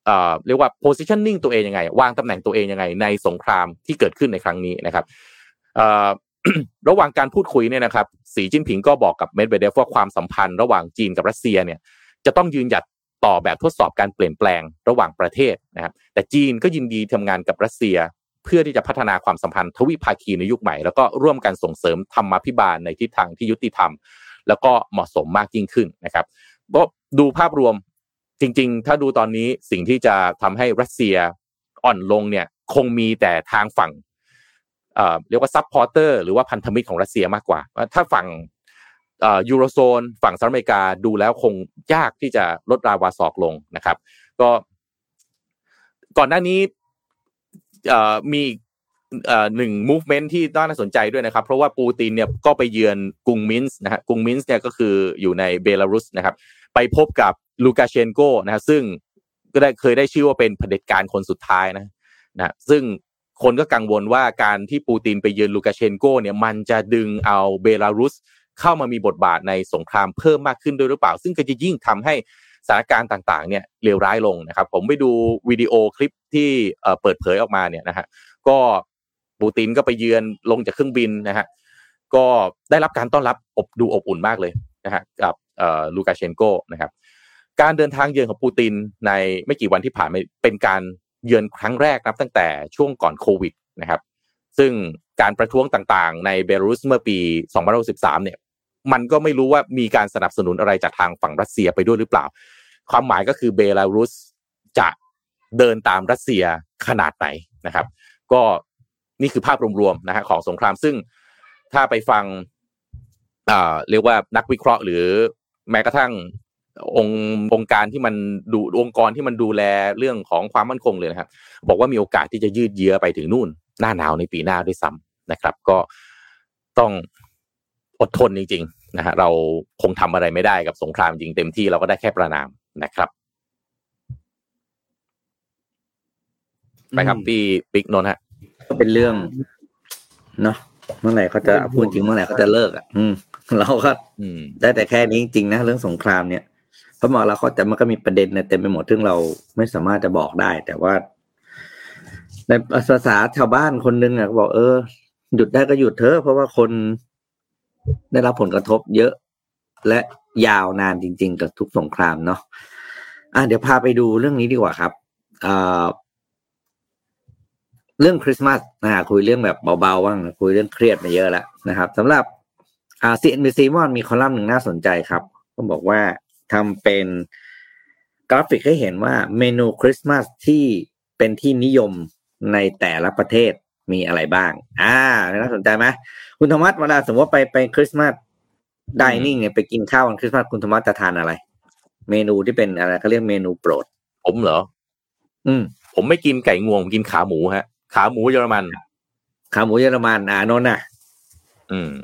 เอ่อเรียกว่า positioning ตัวเองยังไงวางตำแหน่งตัวเองยังไงในสงครามที่เกิดขึ้นในครั้งนี้นะครับเอ่อ ระหว่างการพูดคุยเนี่ยนะครับสีจิ้นผิงก็บอกกับเมดเวเดฟว่าความสัมพันธ์ระหว่างจีนกับรัสเซียเนี่ยจะต้องยืนหยัดต่อแบบทดสอบการเปลี่ยนแปลงระหว่างประเทศนะครับแต่จีนก็ยินดีทำงานกับรัสเซียเพื่อที่จะพัฒนาความสัมพันธ์ทวิภาคีในยุคใหม่แล้วก็ร่วมกันส่งเสริมธรรมาภิบาลในทิศทางที่ยุติธรรมแล้วก็เหมาะสมมากยิ่งขึ้นนะครับก็ดูภาพรวมจริงๆถ้าดูตอนนี้สิ่งที่จะทำให้รัสเซียอ่อนลงเนี่ยคงมีแต่ทางฝั่งเอ่อเรียกว่าซัพพอร์เตอร์หรือว่าพันธมิตรของรัสเซียมากกว่าถ้าฝั่งเอ่อยูโรโซนฝั่งสหรัฐอเมริกาดูแล้วคงยากที่จะลดราวาศอกลงนะครับก็ก่อนหน้านี้เอ่อมีเอ่อหนึ่ง movement ที่น่าสนใจด้วยนะครับเพราะว่าปูตินเนี่ยก็ไปเยือนกรุงมินส์นะฮะกรุงมินส์เนี่ยก็คืออยู่ในเบลารุสนะครับไปพบกับลูกาเชนโกนะฮะซึ่งก็ได้เคยได้ชื่อว่าเป็นเผด็จการคนสุดท้ายนะนะซึ่งคนก็กังวลว่าการที่ปูตินไปเยือนลูกาเชนโกเนี่ยมันจะดึงเอาเบลารุสเข้ามามีบทบาทในสงครามเพิ่มมากขึ้นด้วยหรือเปล่าซึ่งก็จะยิ่งทำให้สถานการณ์ต่างๆเนี่ยเลวร้ายลงนะครับผมไปดูวิดีโอคลิปที่เอ่อเปิดเผยออกมาเนี่ยนะฮะก็ปูตินก็ไปเยือนลงจากเครื่องบินนะฮะก็ได้รับการต้อนรับอบดูอบอุ่นมากเลยนะฮะกับเอ่อลูกาเชนโกนะครับการเดินทางเยือนของปูตินในไม่กี่วันที่ผ่านมาเป็นการเยือนครั้งแรกนับตั้งแต่ช่วงก่อนโควิดนะครับซึ่งการประท้วงต่างๆในเบลารุสเมื่อปีสองพันสิบสามเนี่ยมันก็ไม่รู้ว่ามีการสนับสนุนอะไรจากทางฝั่งรัสเซียไปด้วยหรือเปล่าความหมายก็คือเบลารุสจะเดินตามรัสเซียขนาดไหนนะครับก็นี่คือภาพรวมๆนะฮะของสงครามซึ่งถ้าไปฟังอ่าเรียกว่านักวิเคราะห์หรือแม้กระทั่งองค์องค์การที่มันดูองค์กรที่มันดูแลเรื่องของความมั่นคงเลยนะครับบอกว่ามีโอกาสที่จะยืดเยื้อไปถึงนู่นหน้าหนาวในปีหน้าด้วยซ้ำนะครับก็ต้องอดทนจริงๆนะฮะเราคงทำอะไรไม่ได้กับสงครามจริงเต็มที่เราก็ได้แค่ประนามนะครับไปครับพี่ปิ๊กนนท์ฮะก็เป็นเรื่องเนาะเมื่อไหร่เขาจะพูดจริงเมื่อไหร่เขาจะเลิกอ่ะอืมเราก็ได้แต่แค่นี้จริงๆนะเรื่องสงครามเนี่ยเพราะหมอเราเขาแต่มันก็มีประเด็นเนี่ยเต็มไปหมดซึ่งเราไม่สามารถจะบอกได้แต่ว่าในภาษาชาวบ้านคนนึงอ่ะบอกเออหยุดได้ก็หยุดเถอะเพราะว่าคนได้รับผลกระทบเยอะและยาวนานจริงๆกับทุกสงครามเนาะอ่ะเดี๋ยวพาไปดูเรื่องนี้ดีกว่าครับอ่าเรื่องคริสต์มาสนะคุยเรื่องแบบเบาๆบ้างคุยเรื่องเครียดมาเยอะแล้วนะครับสำหรับอ่า ซี เอ็น บี ซี มันมีคอลัมน์หนึ่งน่าสนใจครับก็บอกว่าทำเป็นกราฟิกให้เห็นว่าเมนูคริสต์มาสที่เป็นที่นิยมในแต่ละประเทศมีอะไรบ้างอ่าน่าสนใจไหมคุณธรรมะเวลาสมมติว่าไปไปคริสต์มาสไดนิ่งเนี่ยไปกินข้าววันคริสต์มาสคุณธรรมะจะทานอะไรเมนูที่เป็นอะไรเขาเรียกเมนูโปรดผมเหรออืมผมไม่กินไก่งวงผมกินขาหมูฮะขาหมูเยอรมันขาหมูเยอรมันอ่านนท์น่ะอืม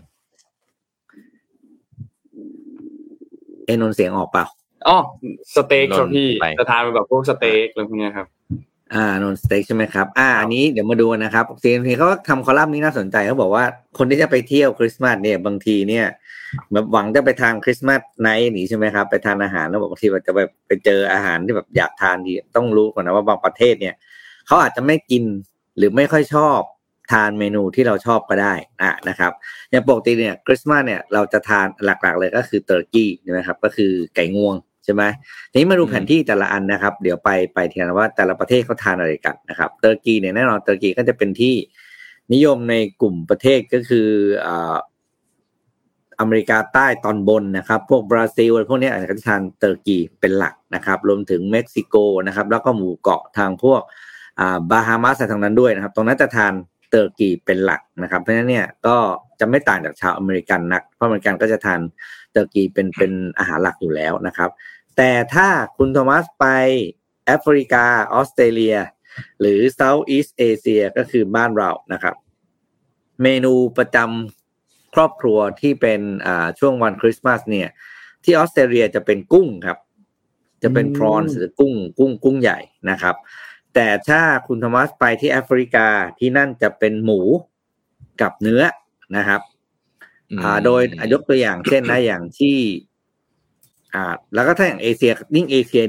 เอ็นนท์เสียงออกเปล่าอ๋อสเต็กครับพี่จะทานแบบพวกสเต็กอะไรพวกนี้ครับอ่านนท์สเต็กใช่ไหมครับอ่าอันนี้เดี๋ยวมาดูนะครับซี เอ็น พี เขาทำคอลัมน์นี้น่าสนใจเขาบอกว่าคนที่จะไปเที่ยวคริสต์มาสเนี่ยบางทีเนี่ยแบบหวังจะไปทานคริสต์มาสไนท์นี่ใช่ไหมครับไปทานอาหารแล้วบางทีว่าจะไปไปเจออาหารที่แบบอยากทานดีต้องรู้ก่อนนะว่าบางประเทศเนี่ยเขาอาจจะไม่กินหรือไม่ค่อยชอบทานเมนูที่เราชอบก็ได้อ่ะนะครับอย่างปกติเนี่ยคริสต์มาสเนี่ยเราจะทานหลักๆเลยก็คือเตอร์กี้ใช่ไหมครับก็คือไก่งวงใช่ไหมทีนี้มาดูแผนที่แต่ละอันนะครับเดี๋ยวไปไปทีละว่าแต่ละประเทศเขาทานอะไรกันนะครับเตอร์กี้เนี่ยแน่นอนเตอร์กี้ก็จะเป็นที่นิยมในกลุ่มประเทศก็คืออ่าอเมริกาใต้ตอนบนนะครับพวกบราซิลพวกนี้อาจจะทานเตอร์กี้เป็นหลักนะครับรวมถึงเม็กซิโกนะครับแล้วก็หมู่เกาะทางพวกอ่าบาฮามาสทางนั้นด้วยนะครับตรงนั้นจะทานเตอร์กี้เป็นหลักนะครับเพราะฉะนั้นเนี่ยก็จะไม่ต่างจากชาวอเมริกันนักเพราะอเมริกันก็จะทานเตอร์กี้เป็นเป็นอาหารหลักอยู่แล้วนะครับแต่ถ้าคุณโทมัสไปแอฟริกาออสเตรเลียหรือ Southeast Asia ก็คือบ้านเรานะครับเมนูประจำครอบครัวที่เป็นอ่าช่วงวันคริสต์มาสเนี่ยที่ออสเตรเลียจะเป็นกุ้งครับจะเป็นพรอนหรือกุ้งกุ้งกุ้งใหญ่นะครับแต่ถ้าคุณโทมัสไปที่แอฟริกาที่นั่นจะเป็นหมูกับเนื้อนะครับอ่าโดยยกตัวอย่างเช่นนะอย่างที่อ่าแล้วก็ถ้าอย่างเอเชียยิ่งเอเชีย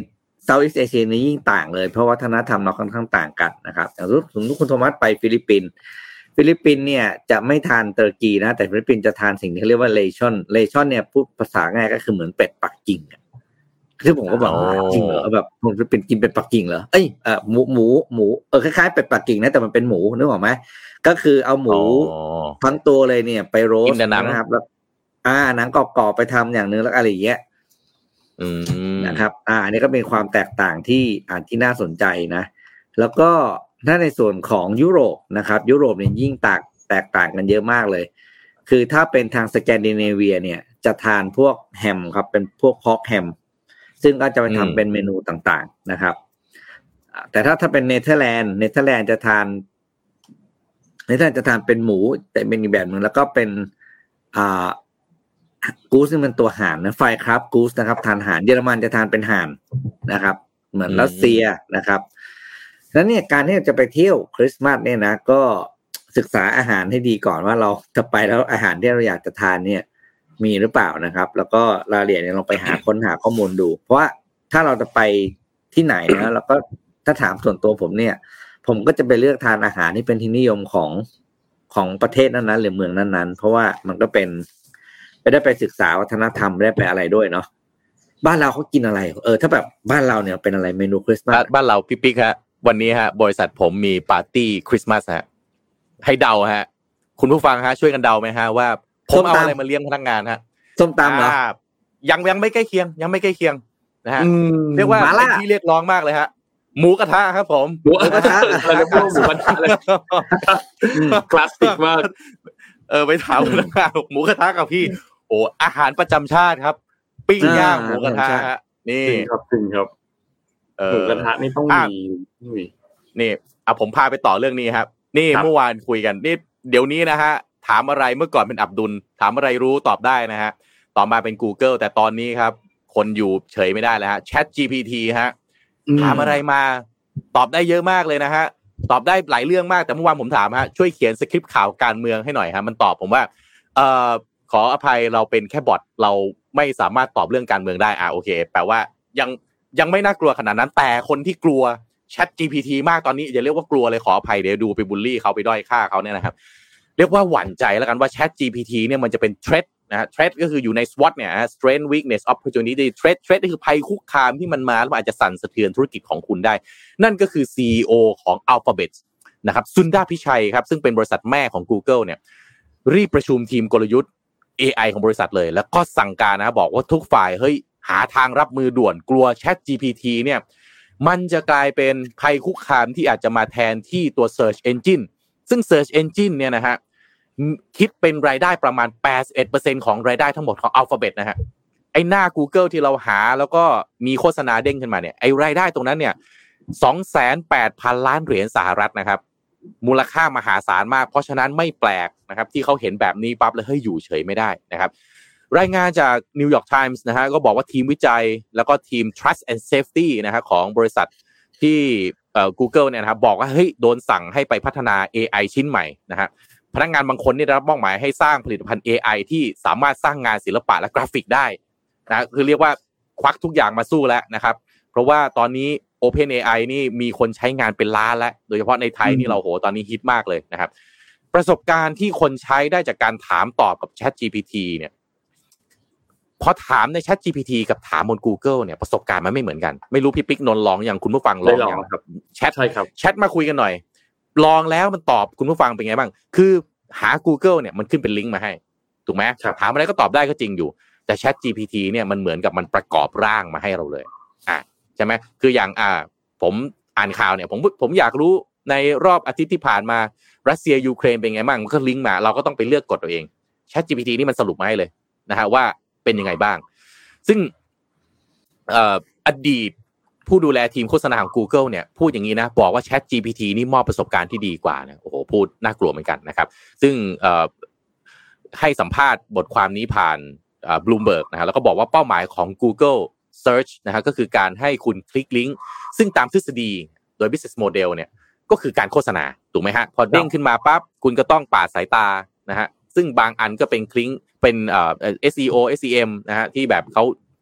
Southeast Asia นี่ยิ่งต่างเลยเพราะวัฒนธรรมเราค่อนข้างต่างกันนะครับอย่างสมมติคุณโทมัสไปฟิลิปปินส์ฟิลิปปินส์เนี่ยจะไม่ทานเตอร์กีนะแต่ฟิลิปปินส์จะทานสิ่งที่เรียกว่าเลชอนเลชอนเนี่ยพูดภาษาง่ายก็คือเหมือนเป็ดปักกิ่งคือผมก็บอกจริงเหรอแบบผมจะเป็นกินเป็ดปักกิ่งเหรอเอ้ยเอ่อหมูหมูหมูเออคล้ายๆเป็ดปักกิ่งนะแต่มันเป็นหมูนึกออกไหมก็คือเอาหมูทั้งตัวเลยเนี่ยไปโรสต์นะครับแล้วอ่าหนังกรอบๆไปทำอย่างนึงแล้วอะไรอย่างเงี้ยนะครับอ่าอันนี้ก็เป็นความแตกต่างที่อ่าที่น่าสนใจนะแล้วก็ถ้าในส่วนของยุโรปนะครับยุโรปเนี่ยยิ่งแตกแตกต่างกันเยอะมากเลยคือถ้าเป็นทางสแกนดิเนเวียเนี่ยจะทานพวกแฮมครับเป็นพวกพอกแฮมซึ่งก็จะไปทำเป็นเมนูต่างๆนะครับแต่ถ้าถ้าเป็นเนเธอร์แลนด์เนเธอร์แลนด์จะทานเนเธอร์แลนด์จะทานเป็นหมูแต่เป็นอีกแบบนึงแล้วก็เป็นอ่ากูสนี่มันตัวห่านนะไฟครับกูสนะครับทานห่านเยอรมันจะทานเป็นห่านนะครับเหมือนรัสเซียนะครับแล้วเนี่ยการที่จะไปเที่ยวคริสต์มาสเนี่ยนะก็ศึกษาอาหารให้ดีก่อนว่าเราจะไปแล้วอาหารที่เราอยากจะทานเนี่ยมีหรือเปล่านะครับแล้วก็รายละเอียดเนี่ยลองไปหาค้นหาข้อมูลดูเพราะว่าถ้าเราจะไปที่ไหนนะแล้วก็ถ้าถามส่วนตัวผมเนี่ยผมก็จะไปเลือกทานอาหารที่เป็นที่นิยมของของประเทศนั้นๆหรือเมืองนั้นๆเพราะว่ามันก็เป็นไปได้ไปศึกษาวัฒนธรรมได้ไปอะไรด้วยเนาะบ้านเราเขากินอะไรเออถ้าแบบบ้านเราเนี่ยเป็นอะไรเมนูคริสต์มาสบ้านเราพี่ปิ๊กฮะวันนี้ฮะบริษัทผมมีปาร์ตี้คริสต์มาสฮะให้เดาฮะคุณผู้ฟังฮะช่วยกันเดาไหมฮะว่าผมเอาอะไรมาเลี้ยงพนักงานฮะส้มตำเหรอยังยังไม่ใกล้เคียงยังไม่ใกล้เคียงนะฮะเรียกว่าเป็นที่เรียกร้องมากเลยฮะหมูกระทะครับผมหมูกระทะอะไรพวกหมูกระทะเลยคลาสสิกมากเออไปถามพนักงานหมูกระทะกับพี่โอ้อาหารประจำชาติครับปิ้งย่างหมูกระทะฮะนี่ครับจริงครับหมูกระทะนี่ต้องมีนี่อ่ะผมพาไปต่อเรื่องนี้ครับนี่เมื่อวานคุยกันนี่เดี๋ยวนี้นะฮะถามอะไรเมื่อก่อนเป็นอับดุลถามอะไรรู้ตอบได้นะฮะต่อมาเป็น Google แต่ตอนนี้ครับคนอยู่เฉยไม่ได้แล้วฮะ Chat จี พี ที ฮะถามอะไรมาตอบได้เยอะมากเลยนะฮะตอบได้หลายเรื่องมากแต่เมื่อวานผมถามฮะช่วยเขียนสคริปต์ข่าวการเมืองให้หน่อยฮะมันตอบผมว่าเอ่อขออภัยเราเป็นแค่บอทเราไม่สามารถตอบเรื่องการเมืองได้อ่ะโอเคแปลว่ายังยังไม่น่ากลัวขนาดนั้นแต่คนที่กลัว Chat จี พี ที มากตอนนี้อย่าเรียกว่ากลัวเลยขออภัยเดี๋ยวดูไปบูลลี่เขาไปด้อยค่าเขาเนี่ยนะครับเรียกว่าหวั่นใจแล้วกันว่า Chat จี พี ที เนี่ยมันจะเป็น threat นะฮะ threat ก็คืออยู่ใน สวอต เนี่ยฮะ strength weakness opportunity threat threat ก็คือภัยคุกคามที่มันมาแล้วอาจจะสั่นสะเทือนธุรกิจของคุณได้นั่นก็คือ ซี อี โอ ของ Alphabet นะครับซุนดาพิชัยครับซึ่งเป็นบริษัทแม่ของ Google เนี่ยรีบประชุมทีมกลยุทธ์ เอ ไอ ของบริษัทเลยแล้วก็สั่งการนะบอกว่าทุกฝ่ายเฮ้ยหาทางรับมือด่วนกลัว Chat จี พี ที เนี่ยมันจะกลายเป็นภัยคุกคามที่อาจจะมาแทนที่ตัว Search Engine ซึ่ง Search Engine เนี่ยนะฮะคิดเป็นรายได้ประมาณ แปดสิบเอ็ดเปอร์เซ็นต์ ของรายได้ทั้งหมดของ Alphabet นะฮะไอ้หน้า Google ที่เราหาแล้วก็มีโฆษณาเด้งขึ้นมาเนี่ยไอ้รายได้ตรงนั้นเนี่ย สองแสนแปดพัน ล้านเหรียญสหรัฐนะครับมูลค่ามหาศาลมากเพราะฉะนั้นไม่แปลกนะครับที่เขาเห็นแบบนี้ปั๊บแล้วเฮ้ยอยู่เฉยไม่ได้นะครับรายงานจาก New York Times นะฮะก็บอกว่าทีมวิจัยแล้วก็ทีม Trust and Safety นะฮะของบริษัทที่เอ่อ Google เนี่ยนะครับบอกว่าเฮ้ยโดนสั่งให้ไปพัฒนา เอ ไอ ชิ้นใหม่นะฮะพนักงานบางคนนี่ได้รับมอบหมายให้สร้างผลิตภัณฑ์ เอ ไอ ที่สามารถสร้างงานศิลปะและกราฟิกได้นะคือเรียกว่าควักทุกอย่างมาสู้แล้วนะครับเพราะว่าตอนนี้ OpenAI นี่มีคนใช้งานเป็นล้านแล้วโดยเฉพาะในไทยนี่เราโหตอนนี้ฮิตมากเลยนะครับประสบการณ์ที่คนใช้ได้จากการถามตอบกับ Chat จี พี ที เนี่ยพอถามใน Chat จี พี ที กับถามบน Google เนี่ยประสบการณ์มันไม่เหมือนกันไม่รู้พี่ปิ๊กนนท์ลองอย่างคุณผู้ฟังลองอย่างครับแชทใช่ครับแชทมาคุยกันหน่อยลองแล้วมันตอบคุณผู้ฟังเป็นไงบ้างคือหา Google เนี่ยมันขึ้นเป็นลิงก์มาให้ถูกไหมถามอะไรก็ตอบได้ก็จริงอยู่แต่ Chat จี พี ที เนี่ยมันเหมือนกับมันประกอบร่างมาให้เราเลยอ่ะใช่ไหมคืออย่างอ่าผมอ่านข่าวเนี่ยผมผมอยากรู้ในรอบอาทิตย์ที่ผ่านมารัสเซียยูเครนเป็นไงบ้างมันก็ลิงก์มาเราก็ต้องไปเลือกกดตัวเอง Chat จี พี ที นี่มันสรุปมาให้เลยนะฮะว่าเป็นยังไงบ้างซึ่งเอ่ออดีตผู้ดูแลทีมโฆษณาของ Google เนี่ยพูดอย่างนี้นะบอกว่า Chat จี พี ที นี่มอบประสบการณ์ที่ดีกว่านะโอ้โหพูดน่ากลัวเหมือนกันนะครับซึ่งเอ่อให้สัมภาษณ์บทความนี้ผ่านเอ่อ Bloomberg นะฮะแล้วก็บอกว่าเป้าหมายของ Google Search นะฮะก็คือการให้คุณคลิกลิงก์ซึ่งตามทฤษฎีโดย business model เนี่ยก็คือการโฆษณาถูกไหมฮะพอเด้งขึ้นมาปั๊บคุณก็ต้องปาดสายตานะฮะซึ่งบางอันก็เป็นคลิกเป็นเอ่อ เอส อี โอ เอส อี เอ็ม นะฮะที่แบบเขา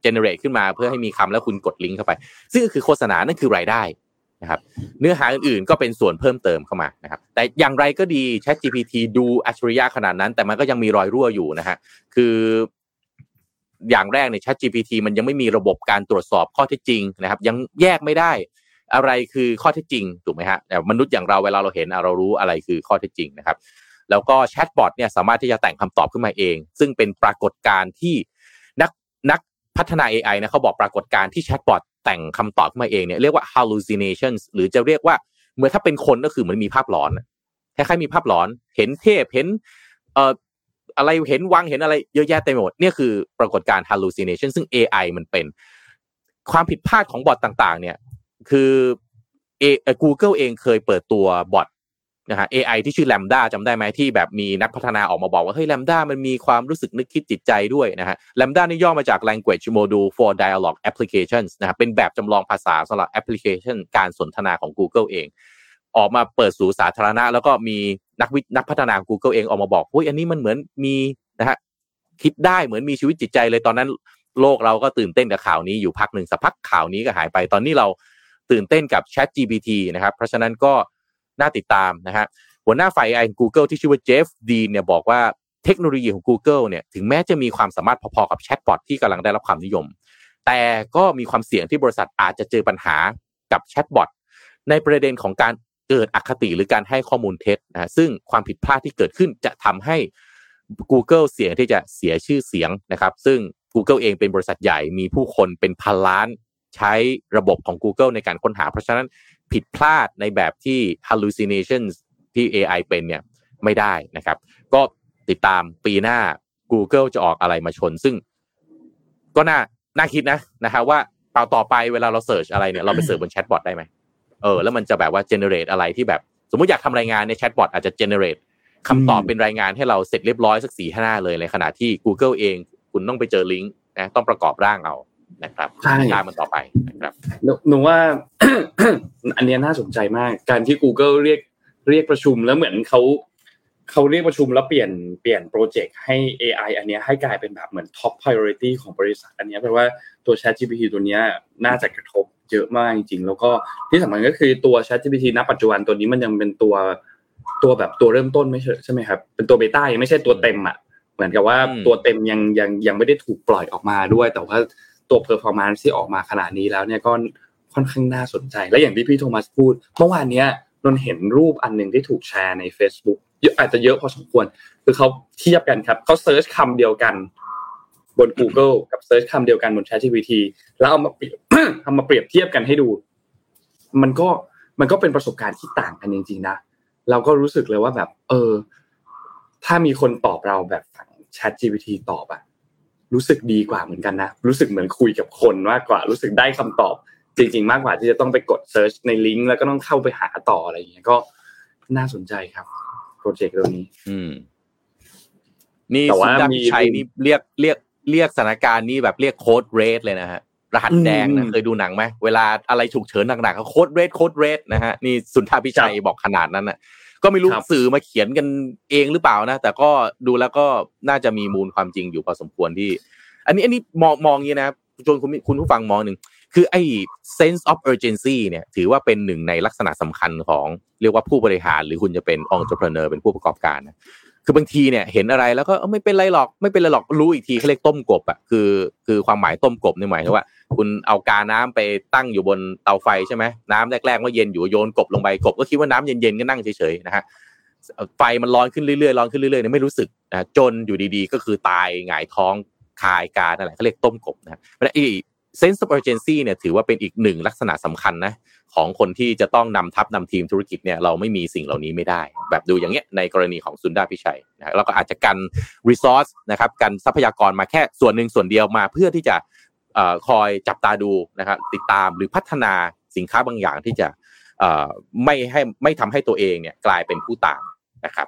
generate ขึ้นมาเพื่อให้มีคำแล้วคุณกดลิงก์เข้าไปซึ่งก็คือโฆษณานั่นคือรายได้นะครับเนื้อหาอื่นๆก็เป็นส่วนเพิ่มเติมเข้ามานะครับแต่อย่างไรก็ดี ChatGPT ดูอัจฉริยะขนาดนั้นแต่มันก็ยังมีรอยรั่วอยู่นะฮะคืออย่างแรกใน ChatGPT มันยังไม่มีระบบการตรวจสอบข้อเท็จจริงนะครับยังแยกไม่ได้อะไรคือข้อเท็จจริงถูกไหมฮะแต่มนุษย์อย่างเราเวลาเราเห็นเรารู้อะไรคือข้อเท็จจริงนะครับแล้วก็แชทบอทเนี่ยสามารถที่จะแต่งคำตอบขึ้นมาเองซึ่งเป็นปรากฏการณ์ที่นักนักพัฒนา เอ ไอ นะเขาบอกปรากฏการณ์ที่แชทบอทแต่งคำตอบขึ้นมาเองเนี่ยเรียกว่า hallucinations หรือจะเรียกว่าเมื่อถ้าเป็นคนก็คือเหมือนมีภาพหลอนคล้ายๆมีภาพหลอนเห็นเทพเห็นเอ่ออะไรเห็นวังเห็นอะไรเยอะแยะเต็มไปหมดเนี่ยคือปรากฏการณ์ hallucination ซึ่ง เอ ไอ มันเป็นความผิดพลาดของบอทต่างๆเนี่ยคือเอ Google เองเคยเปิดตัวบอทนะฮะ เอ ไอ ที่ชื่อ Lambda จำได้ไหมที่แบบมีนักพัฒนาออกมาบอกว่าเฮ้ย Lambda มันมีความรู้สึกนึกคิดจิตใจด้วยนะฮะ Lambda นี่ย่อมาจาก Language Module for Dialogue Applications นะฮะเป็นแบบจำลองภาษาสำหรับแอปพลิเคชันการสนทนาของ Google เองออกมาเปิดสู่สาธารณะแล้วก็มีนักวินักพัฒนา Google เองออกมาบอกเฮ้ยอันนี้มันเหมือนมีนะฮะคิดได้เหมือนมีชีวิตจิตใจเลยตอนนั้นโลกเราก็ตื่นเต้นกับข่าวนี้อยู่พักนึงสักพักข่าวนี้ก็หายไปตอนนี้เราตื่นเต้นกับ ChatGPT นะครับเพราะฉะนั้นก็น่าติดตามนะฮะหัวหน้าฝ่าย เอ ไอ ของ Google ที่ชื่อว่าเจฟดีนเนี่ยบอกว่าเทคโนโลยีของ Google เนี่ยถึงแม้จะมีความสามารถพอๆกับแชทบอทที่กำลังได้รับความนิยมแต่ก็มีความเสี่ยงที่บริษัทอาจจะเจอปัญหากับแชทบอทในประเด็นของการเกิดอคติหรือการให้ข้อมูลเท็จนะซึ่งความผิดพลาดที่เกิดขึ้นจะทำให้ Google เสี่ยงที่จะเสียชื่อเสียงนะครับซึ่ง Google เองเป็นบริษัทใหญ่มีผู้คนเป็นพันล้านใช้ระบบของ Google ในการค้นหาเพราะฉะนั้นผิดพลาดในแบบที่ hallucinations ที่ เอ ไอ เป็นเนี่ยไม่ได้นะครับก็ติดตามปีหน้า Google จะออกอะไรมาชนซึ่งก็น่าน่าคิดนะนะฮะว่าต่อต่อไปเวลาเราเสิร์ชอะไรเนี่ยเราไปเสิร์ชบนแชทบอทได้ไหมเออแล้วมันจะแบบว่า generate อะไรที่แบบสมมุติอยากทำรายงานในแชทบอทอาจจะ generate คำตอบเป็นรายงานให้เราเสร็จเรียบร้อยสัก สี่ห้า หน้าเลยในขณะที่ Google เองคุณต้องไปเจอลิงก์นะต้องประกอบร่างเอานะครับตามมันต่อไปนะครับหนูว่า อันนี้น่าสนใจมากการที่ Google เรียกเรียกประชุมแล้วเหมือนเขาเขาเรียกประชุมแล้วเปลี่ยนเปลี่ยนโปรเจกต์ให้ เอ ไอ อันนี้ให้กลายเป็นแบบเหมือน top priority ของบริษัทอันนี้แปลว่าตัว ChatGPT ตัวนี้น่าจะกระทบเยอะมากจริงๆแล้วก็ที่สำคัญก็คือตัว ChatGPT ณปัจจุบันตัวนี้มันยังเป็นตัวตัวแบบตัวเริ่มต้นไม่ใช่ใช่ไหมครับเป็นตัวเบต้ายังไม่ใช่ตัวเต็มอ่ะเหมือนกับว่าตัวเต็มยังยังยังไม่ได้ถูกปล่อยออกมาด้วยแต่ว่าตัว performance ที่ออกมาขนาดนี้แล้วเนี่ยก็ค่อนข้างน่าสนใจและอย่างที่พี่โทมัสพูดเมื่อวานเนี้ยนนเห็นรูปอันนึงที่ถูกแชร์ใน Facebook อาจจะเยอะพอสมควรคือเขาเทียบกันครับเขาเซิร์ชคำเดียวกันบน Google กับเซิร์ชคำเดียวกันบน ChatGPT แล้วเอามาเปรียบ เอามาเปรียบเทียบกันให้ดูมันก็มันก็เป็นประสบการณ์ที่ต่างกันจริงๆนะเราก็รู้สึกเลยว่าแบบเออถ้ามีคนตอบเราแบบฝั่ง ChatGPT ตอบอะรู้สึกดีกว่าเหมือนกันนะรู้สึกเหมือนคุยกับคนมากกว่ารู้สึกได้คำตอบจริงๆมากกว่าที่จะต้องไปกดเซิร์ชในลิงก์แล้วก็ต้องเข้าไปหาต่ออะไรอย่างเงี้ยก็น่าสนใจครับโปรเจกต์เรื่องนี้อืมนี่สุดาพิชัยนี่เรียกเรียกเรียกสถานการณ์นี้แบบเรียกโค้ดเรดเลยนะฮะรหัสแดงนะเคยดูหนังไหมเวลาอะไรฉุกเฉินหนักๆเขาโค้ดเรดโค้ดเรดนะฮะนี่สุนทรพิชัยบอกขนาดนั้นน่ะก็ไม่รู้สื่อมาเขียนกันเองหรือเปล่านะแต่ก็ดูแล้วก็น่าจะมีมูลความจริงอยู่พอสมควรที่อันนี้อันนี้มองมองอย่างนี้นะชวนคุณคุณผู้ฟังมองหนึ่งคือไอ้ sense of urgency เนี่ยถือว่าเป็นหนึ่งในลักษณะสำคัญของเรียกว่าผู้บริหารหรือคุณจะเป็น entrepreneur เป็นผู้ประกอบการนะคือบางทีเนี่ยเห็นอะไรแล้วก็ไม่เป็นไรหรอกไม่เป็นไรหรอกรู้อีกทีเขาเรียกต้มกบอ่ะคือคือความหมายต้มกบนี่หมายถึงว่าคุณเอากาน้ำไปตั้งอยู่บนเตาไฟใช่ไหมน้ำแรกๆว่าเย็นอยู่โยนกบลงไปกบก็คิดว่าน้ำเย็นๆก็นั่งเฉยๆนะฮะไฟมันร้อนขึ้นเรื่อยๆร้อนขึ้นเรื่อยๆเนี่ยไม่รู้สึกนะจนอยู่ดีๆก็คือตายหงายท้องคายกานั่นแหละเขาเรียกต้มกบนะเพราะฉะนั้นไอ้ sense of urgency เนี่ยถือว่าเป็นอีกหนึ่งลักษณะสำคัญนะของคนที่จะต้องนำทัพนำทีมธุรกิจเนี่ยเราไม่มีสิ่งเหล่านี้ไม่ได้แบบดูอย่างเงี้ยในกรณีของสุนดาพิชัยนะเราก็อาจจะกัน resource นะครับกันทรัพยากรมาแค่ส่วนหนึ่งส่วนเดียวมาเพื่อที่จะเอ่อคอยจับตาดูนะครับติดตามหรือพัฒนาสินค้าบางอย่างที่จะเอ่อไม่ให้ไม่ทำให้ตัวเองเนี่ยกลายเป็นผู้ตามนะครับ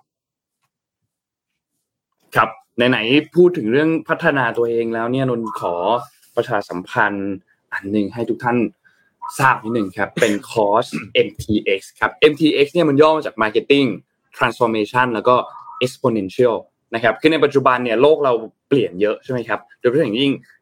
ครับไหนๆพูดถึงเรื่องพัฒนาตัวเองแล้วเนี่ยนนขอประชาสัมพันธ์อันนึงให้ทุกท่านทราบนิดนึงครับเป็นคอร์ส เอ็ม ที เอ็กซ์ ครับ เอ็ม ที เอ็กซ์ เนี่ยมันย่อมาจาก Marketing Transformation แล้วก็ Exponential นะครับคือในปัจจุบันเนี่ยโลกเราเปลี่ยนเยอะใช่ไหมครับโดยเฉพาะอย่างยิ่ง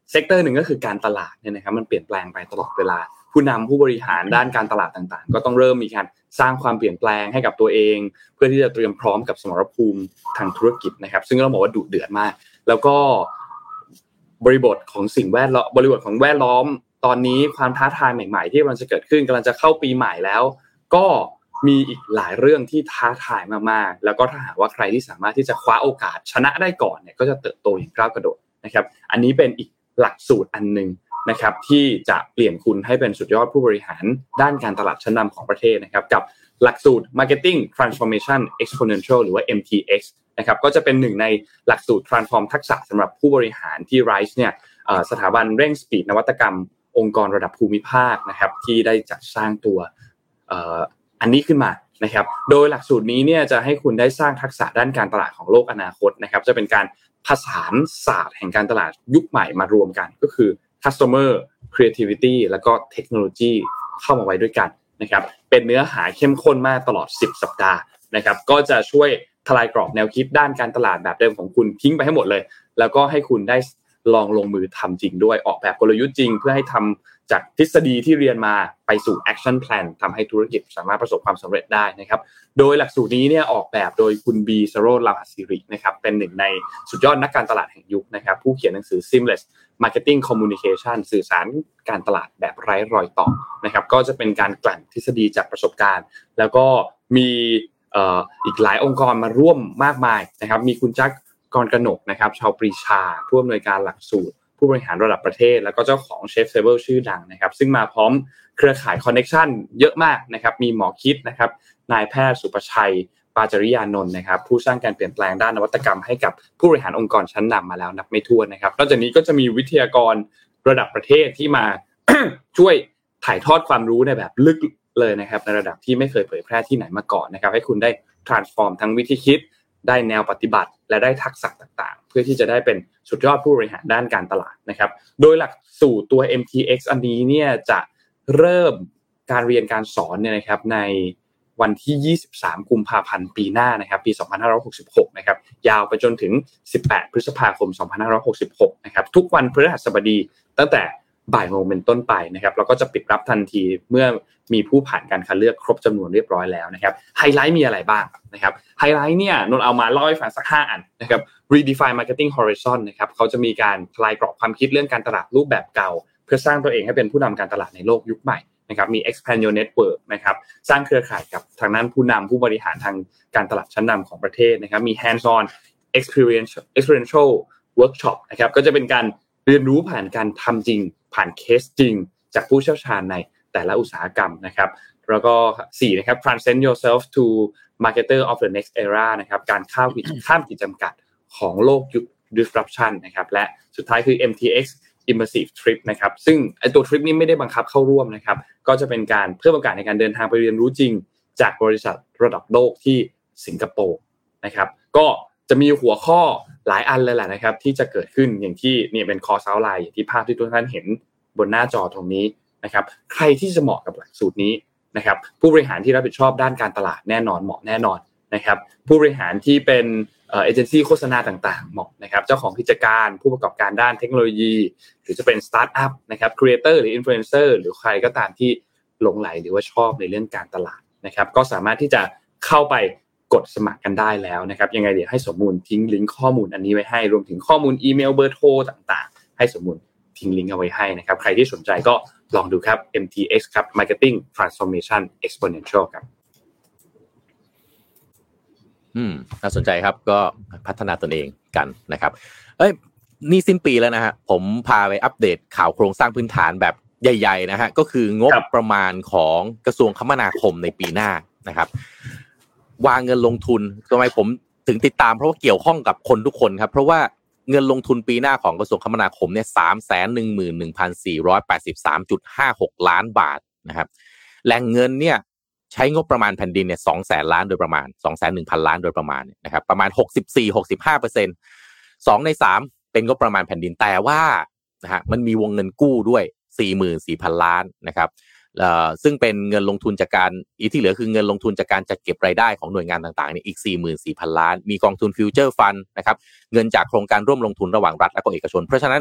เซกเตอร์หนึ่งก็คือการตลาดเนี่ยนะครับมันเปลี่ยนแปลงไปตลอดเวลาผู้นำผู้บริหารด้านการตลาดต่างๆก็ต้องเริ่มมีการสร้างความเปลี่ยนแปลงให้กับตัวเองเพื่อที่จะเตรียมพร้อมกับสมรภูมิทางธุรกิจนะครับซึ่งเราบอกว่าดุเดือดมากแล้วก็บริบทของสิ่งแวดล้อมบริบทของแวดล้อมตอนนี้ความท้าทายใหม่ๆที่กำลังจะเกิดขึ้นกำลังจะเข้าปีใหม่แล้วก็มีอีกหลายเรื่องที่ท้าทายมากๆแล้วก็ถ้าหากว่าใครที่สามารถที่จะคว้าโอกาสชนะได้ก่อนเนี่ยก็จะเติบโตอย่างก้าวกระโดดนะครับอันนี้เป็นอีกหลักสูตรอันนึงนะครับที่จะเปลี่ยนคุณให้เป็นสุดยอดผู้บริหารด้านการตลาดชั้นนำของประเทศนะครับกับหลักสูตร Marketing Transformation Exponential หรือว่า เอ็ม ที เอ็กซ์ นะครับก็จะเป็นหนึ่งในหลักสูตร transform ทักษะสำหรับผู้บริหารที่ Rise เนี่ยสถาบันเร่งสปีดนวัตกรรมองค์กรระดับภูมิภาคนะครับที่ได้จัดสร้างตัวอันนี้ขึ้นมานะครับโดยหลักสูตรนี้เนี่ยจะให้คุณได้สร้างทักษะด้านการตลาดของโลกอนาคตนะครับจะเป็นการผสานศาสตร์แห่งการตลาดยุคใหม่มารวมกันก็คือ customer creativity แล้วก็เทคโนโลยีเข้ามาไว้ด้วยกันนะครับเป็นเนื้อหาเข้มข้นมากตลอดสิบสัปดาห์นะครับก็จะช่วยทลายกรอบแนวคิดด้านการตลาดแบบเดิมของคุณทิ้งไปให้หมดเลยแล้วก็ให้คุณได้ลองลงมือทำจริงด้วยออกแบบกลยุทธ์จริงเพื่อให้ทำจากทฤษฎีที่เรียนมาไปสู่ action plan ทำให้ธุรกิจสามารถประสบความสำเร็จได้นะครับโดยหลักสูตรนี้เนี่ยออกแบบโดยคุณบีสโรจน์ลาภศิรินะครับเป็นหนึ่งในสุดยอดนักการตลาดแห่งยุคนะครับผู้เขียนหนังสือ Seamless Marketing Communication สื่อสารการตลาดแบบไร้รอยต่อนะครับก็จะเป็นการกลั่นทฤษฎีจากประสบการณ์แล้วก็มีเอ่ออีกหลายองค์กรมาร่วมมากมายนะครับมีคุณจักรกรกนกนะครับชาวปรีชาผู้อำนวยการหลักสูตรผู้บริหารระดับประเทศแล้วก็เจ้าของเชฟเซเบิลชื่อดังนะครับซึ่งมาพร้อมเครือข่ายคอนเนคชั่นเยอะมากนะครับมีหมอคิดนะครับนายแพทย์สุประชัยปาจริยานนท์นะครับผู้สร้างการเปลี่ยนแปลงด้านนวัตกรรมให้กับผู้บริหารองค์กรชั้นนำมาแล้วนับไม่ถ้วนนะครับนอกจากนี้ก็จะมีวิทยากรระดับประเทศที่มา ช่วยถ่ายทอดความรู้ในแบบลึกเลยนะครับในระดับที่ไม่เคยเผยแพร่ที่ไหนมาก่อนนะครับให้คุณได้ transform ทั้งวิธีคิดได้แนวปฏิบัติและได้ทักษะต่างๆเพื่อที่จะได้เป็นสุดยอดผู้บริหารด้านการตลาดนะครับโดยหลักสูตรตัว เอ็ม ที เอ็กซ์ อันนี้เนี่ยจะเริ่มการเรียนการสอนเนี่ยนะครับในวันที่ยี่สิบสามกุมภาพันธ์ปีหน้านะครับปีสองพันห้าร้อยหกสิบหกนะครับยาวไปจนถึงสิบแปดพฤษภาคมสองพันห้าร้อยหกสิบหกนะครับทุกวันพฤหัสบดีตั้งแต่บ่ายโมงเป็นต้นไปนะครับแล้วก็จะปิดรับทันทีเมื่อมีผู้ผ่านการคัดเลือกครบจำนวนเรียบร้อยแล้วนะครับไฮไลท์มีอะไรบ้างนะครับไฮไลท์เนี่ยนนเอามาเล่าให้ฟังสักห้าอันนะครับ Redefine Marketing Horizon นะครับเขาจะมีการทลายกรอบความคิดเรื่องการตลาดรูปแบบเก่าเพื่อสร้างตัวเองให้เป็นผู้นำการตลาดในโลกยุคใหม่นะครับมี Expand Your Network นะครับสร้างเครือข่ายกับทางด้านผู้นำผู้บริหารทางการตลาดชั้นนำของประเทศนะครับมี Hands on Experience Experiential Workshop นะครับก็จะเป็นการเรียนรู้ผ่านการทำจริงผ่านเคสจริงจากผู้เชี่ยวชาญในแต่ละอุตสาหกรรมนะครับแล้วก็สี่นะครับ Transcend yourself to marketer of the next era นะครับการข้ามข้ามขีดจำกัดของโลกยุค disruption นะครับและสุดท้ายคือ เอ็ม ที เอ็กซ์ Immersive Trip นะครับซึ่งไอ้ตัว trip นี้ไม่ได้บังคับเข้าร่วมนะครับก็จะเป็นการเพิ่มโอกาสในการเดินทางไปเรียนรู้จริงจากบริษัทระดับโลกที่สิงคโปร์นะครับก็จะมีหัวข้อหลายอันเลยแหละนะครับที่จะเกิดขึ้นอย่างที่เนี่ยเป็นคอร์สเอาท์ไลน์อย่างที่ภาพที่ทุกท่านเห็นบนหน้าจอตรงนี้นะครับใครที่จะเหมาะกับหลักสูตรนี้นะครับผู้บริหารที่รับผิดชอบด้านการตลาดแน่นอนเหมาะแน่นอนนะครับผู้บริหารที่เป็นเอ่อเอเจนซี่โฆษณาต่างๆเหมาะนะครับเจ้าของกิจการผู้ประกอบการด้านเทคโนโลยีหรือจะเป็นสตาร์ทอัพนะครับครีเอเตอร์หรืออินฟลูเอนเซอร์หรือใครก็ตามที่หลงใหลหรือว่าชอบในเรื่องการตลาดนะครับก็สามารถที่จะเข้าไปกดสมัครกันได้แล้วนะครับยังไงเดี๋ยวให้สมมูลทิ้งลิงก์ข้อมูลอันนี้ไว้ให้รวมถึงข้อมูลอีเมลเบอร์โทรต่างๆให้สมมูลทิ้งลิงก์เอาไว้ให้นะครับใครที่สนใจก็ลองดูครับ เอ็ม ที เอ็กซ์ ครับ Marketing Transformation Exponential ครับอืมน่าสนใจครับก็พัฒนาตนเองกันนะครับเอ้ยนี่สิ้นปีแล้วนะฮะผมพาไปอัปเดตข่าวโครงสร้างพื้นฐานแบบใหญ่ๆนะฮะก็คืองบประมาณของกระทรวงคมนาคมในปีหน้านะครับวางเงินลงทุนทำไมผมถึงติดตามเพราะว่าเกี่ยวข้องกับคนทุกคนครับเพราะว่าเงินลงทุนปีหน้าของกระทรวงคมนาคมเนี่ย สามแสนหนึ่งหมื่นหนึ่งพันสี่ร้อยแปดสิบสามจุดห้าหก ล้านบาทนะครับแหล่งเงินเนี่ยใช้งบประมาณแผ่นดินเนี่ย สองแสน ล้านโดยประมาณ สองแสนหนึ่งพัน ล้านโดยประมาณนะครับประมาณ หกสิบสี่ หกสิบห้าเปอร์เซ็นต์ สองในสามเป็นงบประมาณแผ่นดินแต่ว่านะฮะมันมีวงเงินกู้ด้วย สี่หมื่นสี่พัน ล้านนะครับเอ่อซึ่งเป็นเงินลงทุนจากการอีกที่เหลือคือเงินลงทุนจากการจัดเก็บรายได้ของหน่วยงานต่างๆเนี่ยอีก สี่หมื่นสี่พัน ล้านมีกองทุนฟิวเจอร์ฟันด์นะครับเงินจากโครงการร่วมลงทุนระหว่างรัฐและก็เอกชนเพราะฉะนั้น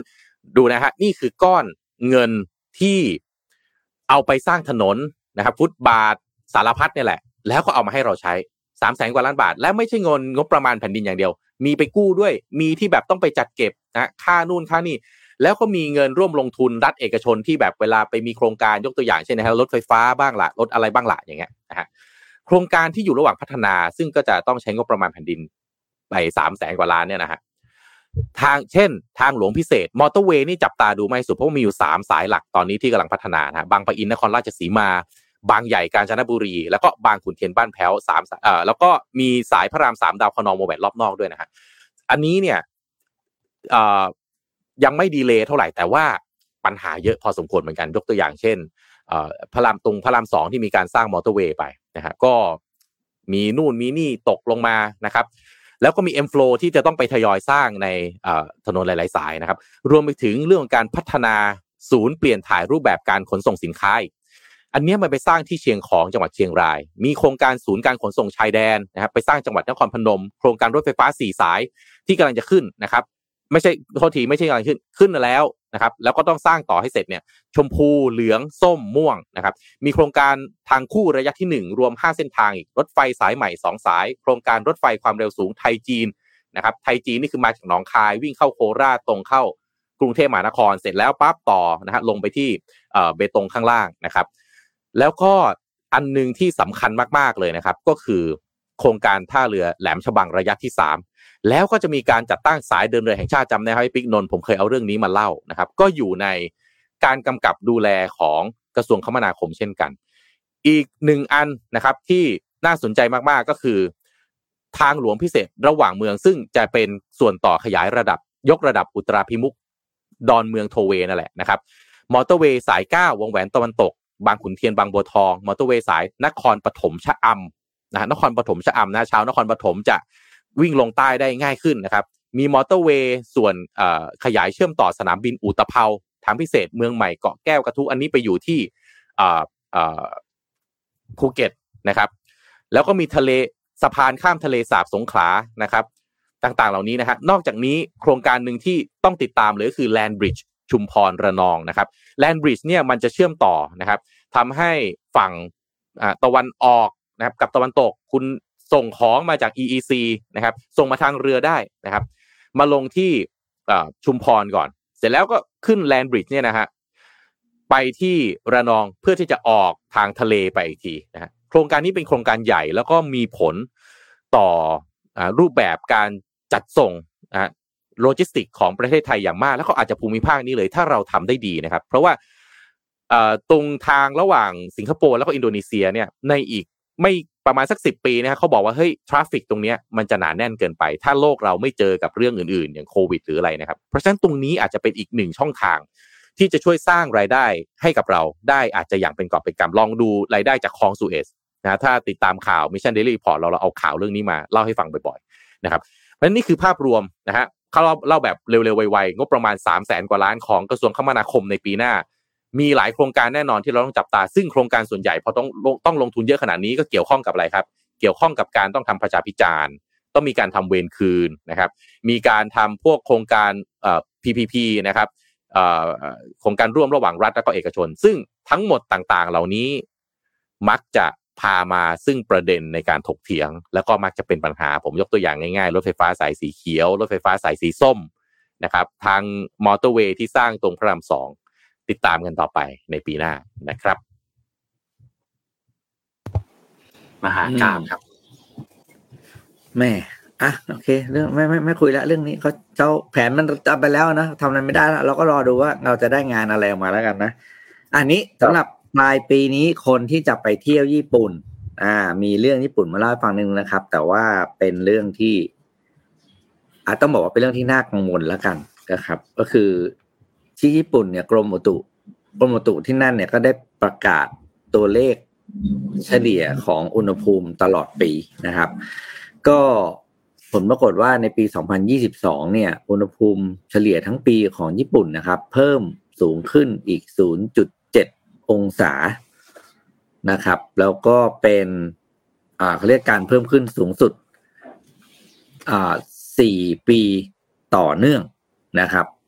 ดูนะฮะนี่คือก้อนเงินที่เอาไปสร้างถนนนะครับฟุตบาทสารพัดเนี่ยแหละแล้วก็เอามาให้เราใช้ สามแสน กว่าล้านบาทและไม่ใช่เงินงบประมาณแผ่นดินอย่างเดียวมีไปกู้ด้วยมีที่แบบต้องไปจัดเก็บนะค่านู่นค่านี่แล้วก็มีเงินร่วมลงทุนรัฐเอกชนที่แบบเวลาไปมีโครงการยกตัวอย่างเช่นนะฮะรถไฟฟ้าบ้างล่ะรถอะไรบ้างล่ะอย่างเงี้ยนะฮะโครงการที่อยู่ระหว่างพัฒนาซึ่งก็จะต้องใช้งบประมาณแผ่นดินไป สามแสน กว่าล้านเนี่ยนะฮะทางเช่นทางหลวงพิเศษมอเตอร์เวย์นี่จับตาดูไม่สุดเพราะมีอยู่สามสายหลักตอนนี้ที่กำลังพัฒนานะฮะบางปะอินนครราชสีมาบางใหญ่กาญจนบุรีแล้วก็บางขุนเทียนบ้านแพ้วสามเอ่อแล้วก็มีสายพระรามสามดาวคะนองวงแหวนรอบนอกด้วยนะฮะอันนี้เนี่ยเอ่อยังไม่ดีเลย์เท่าไหร่แต่ว่าปัญหาเยอะพอสมควรเหมือนกันยกตัวอย่างเช่นเอ่อพระรามตรงพระรามสองที่มีการสร้างมอเตอร์เวย์ไปนะฮะก็มีนู่นมีนี่ตกลงมานะครับแล้วก็มี เอ็ม Flow ที่จะต้องไปทยอยสร้างในถนนหลายๆสายนะครับรวมไปถึงเรื่องของการพัฒนาศูนย์เปลี่ยนถ่ายรูปแบบการขนส่งสินค้าอันนี้มันไปสร้างที่เชียงของจังหวัดเชียงรายมีโครงการศูนย์การขนส่งชายแดนนะครับไปสร้างจังหวัดนครพนมโครงการรถไฟฟ้าสี่สายที่กำลังจะขึ้นนะครับไม่ใช่โทษทีไม่ใช่กำลังขึ้นขึ้นแล้วนะครับแล้วก็ต้องสร้างต่อให้เสร็จเนี่ยชมพูเหลืองส้มม่วงนะครับมีโครงการทางคู่ระยะที่หนึ่งรวมห้าเส้นทางอีกรถไฟสายใหม่สองสายโครงการรถไฟความเร็วสูงไทยจีนนะครับไทยจีนนี่คือมาจากหนองคายวิ่งเข้าโคราชตรงเข้ากรุงเทพมหานครเสร็จแล้วปั๊บต่อนะฮะลงไปที่เอ่อเบตงข้างล่างนะครับแล้วก็อันนึงที่สำคัญมากๆเลยนะครับก็คือโครงการท่าเรือแหลมฉบังระยะที่สามแล้วก็จะมีการจัดตั้งสายเดินเรือแห่งชาติจำได้ไหมปิ๊กนนท์ผมเคยเอาเรื่องนี้มาเล่านะครับก็อยู่ในการกำกับดูแลของกระทรวงคมนาคมเช่นกันอีกหนึ่งอันนะครับที่น่าสนใจมากๆก็คือทางหลวงพิเศษระหว่างเมืองซึ่งจะเป็นส่วนต่อขยายระดับยกระดับอุตราภิมุขดอนเมืองโทเวนั่นแหละนะครับมอเตอร์เวย์สายเก้าวงแหวนตะวันตกบางขุนเทียนบางบัวทองมอเตอร์เวย์สายนครปฐมชะอำนะฮะนครปฐมชะอำนะชาวนครปฐมจะวิ่งลงใต้ได้ง่ายขึ้นนะครับมีมอเตอร์เวย์ส่วนขยายเชื่อมต่อสนามบินอุตภเปาทางพิเศษเมืองใหม่เกาะแก้วกระทู้อันนี้ไปอยู่ที่ภูเก็ตนะครับแล้วก็มีทะเลสะพานข้ามทะเลสาบสงขลานะครับต่างๆเหล่านี้นะฮะนอกจากนี้โครงการหนึ่งที่ต้องติดตามเลยก็คือ Land Bridge ชุมพรระนองนะครับ Land Bridge เนี่ยมันจะเชื่อมต่อนะครับทำให้ฝั่งตะวันออกนะครับกับตะวันตกคุณส่งของมาจาก อี อี ซี นะครับส่งมาทางเรือได้นะครับมาลงที่ชุมพรก่อนเสร็จแล้วก็ขึ้น Land Bridge เนี่ยนะฮะไปที่ระนองเพื่อที่จะออกทางทะเลไปอีกทีนะฮะโครงการนี้เป็นโครงการใหญ่แล้วก็มีผลต่อรูปแบบการจัดส่งนะโลจิสติกของประเทศไทยอย่างมากแล้วก็อาจจะภูมิภาคนี้เลยถ้าเราทำได้ดีนะครับเพราะว่าตรงทางระหว่างสิงคโปร์แล้วก็อินโดนีเซียเนี่ยในอีกไม่ประมาณสักสิบปีนะเขาบอกว่าเฮ้ยทราฟฟิกตรงนี้มันจะหนาแน่นเกินไปถ้าโลกเราไม่เจอกับเรื่องอื่นๆอย่างโควิดหรืออะไรนะครับเพราะฉะนั้นตรงนี้อาจจะเป็นอีกหนึ่งช่องทางที่จะช่วยสร้างรายได้ให้กับเราได้อาจจะอย่างเป็นกอบเป็นกำลองดูรายได้จากคลองสุเอซนะถ้าติดตามข่าว Mission Daily Report เราเราเอาข่าวเรื่องนี้มาเล่าให้ฟังบ่อยๆนะครับเพราะฉะนั้นนี่คือภาพรวมนะฮะเขาเล่าแบบเร็วๆไวๆงบประมาณ สามแสน กว่าล้านของกระทรวงคมนาคมในปีหน้ามีหลายโครงการแน่นอนที่เราต้องจับตาซึ่งโครงการส่วนใหญ่พอต้องต้องลงทุนเยอะขนาดนี้ก็เกี่ยวข้องกับอะไรครับเกี่ยวข้องกับการต้องทำประชาพิจารณ์ต้องมีการทำเวรคืนนะครับมีการทำพวกโครงการเอ่อ พี พี พี นะครับเอ่อโครงการร่วมระหว่างรัฐและก็เอกชนซึ่งทั้งหมดต่างๆเหล่านี้มักจะพามาซึ่งประเด็นในการถกเถียงแล้วก็มักจะเป็นปัญหาผมยกตัวอย่างง่ายๆรถไฟฟ้าสายสีเขียวรถไฟฟ้าสายสีส้มนะครับทางมอเตอร์เวย์ที่สร้างตรงพระรามสองติดตามกันต่อไปในปีหน้านะครับมหากาพย์ครับแม่อ่ะโอเคเรื่องไม่ไม่ไม่คุยแล้วเรื่องนี้เขาเจ้าแผนมันจำไปแล้วนะทำอะไรไม่ได้แล้วเราก็รอดูว่าเราจะได้งานอะไรออกมาแล้วกันนะอันนี้สำหรับปลายปีนี้คนที่จะไปเที่ยวญี่ปุ่นอ่ามีเรื่องญี่ปุ่นมาเล่าให้ฟังนึงนะครับแต่ว่าเป็นเรื่องที่อาจต้องบอกว่าเป็นเรื่องที่น่ากังวลแล้วกันนะครับก็คือที่ญี่ปุ่นเนี่ยกรมอุตุกรมอุตุที่นั่นเนี่ยก็ได้ประกาศตัวเลขเฉลี่ยของอุณหภูมิตลอดปีนะครับก็ผลปรากฏว่าในปีสองพันยี่สิบสองเนี่ยอุณหภูมิเฉลี่ยทั้งปีของญี่ปุ่นนะครับเพิ่มสูงขึ้นอีก ศูนย์จุดเจ็ด องศานะครับแล้วก็เป็นอ่าเขาเรียกการเพิ่มขึ้นสูงสุดอ่าสี่ปีต่อเนื่องนะครับ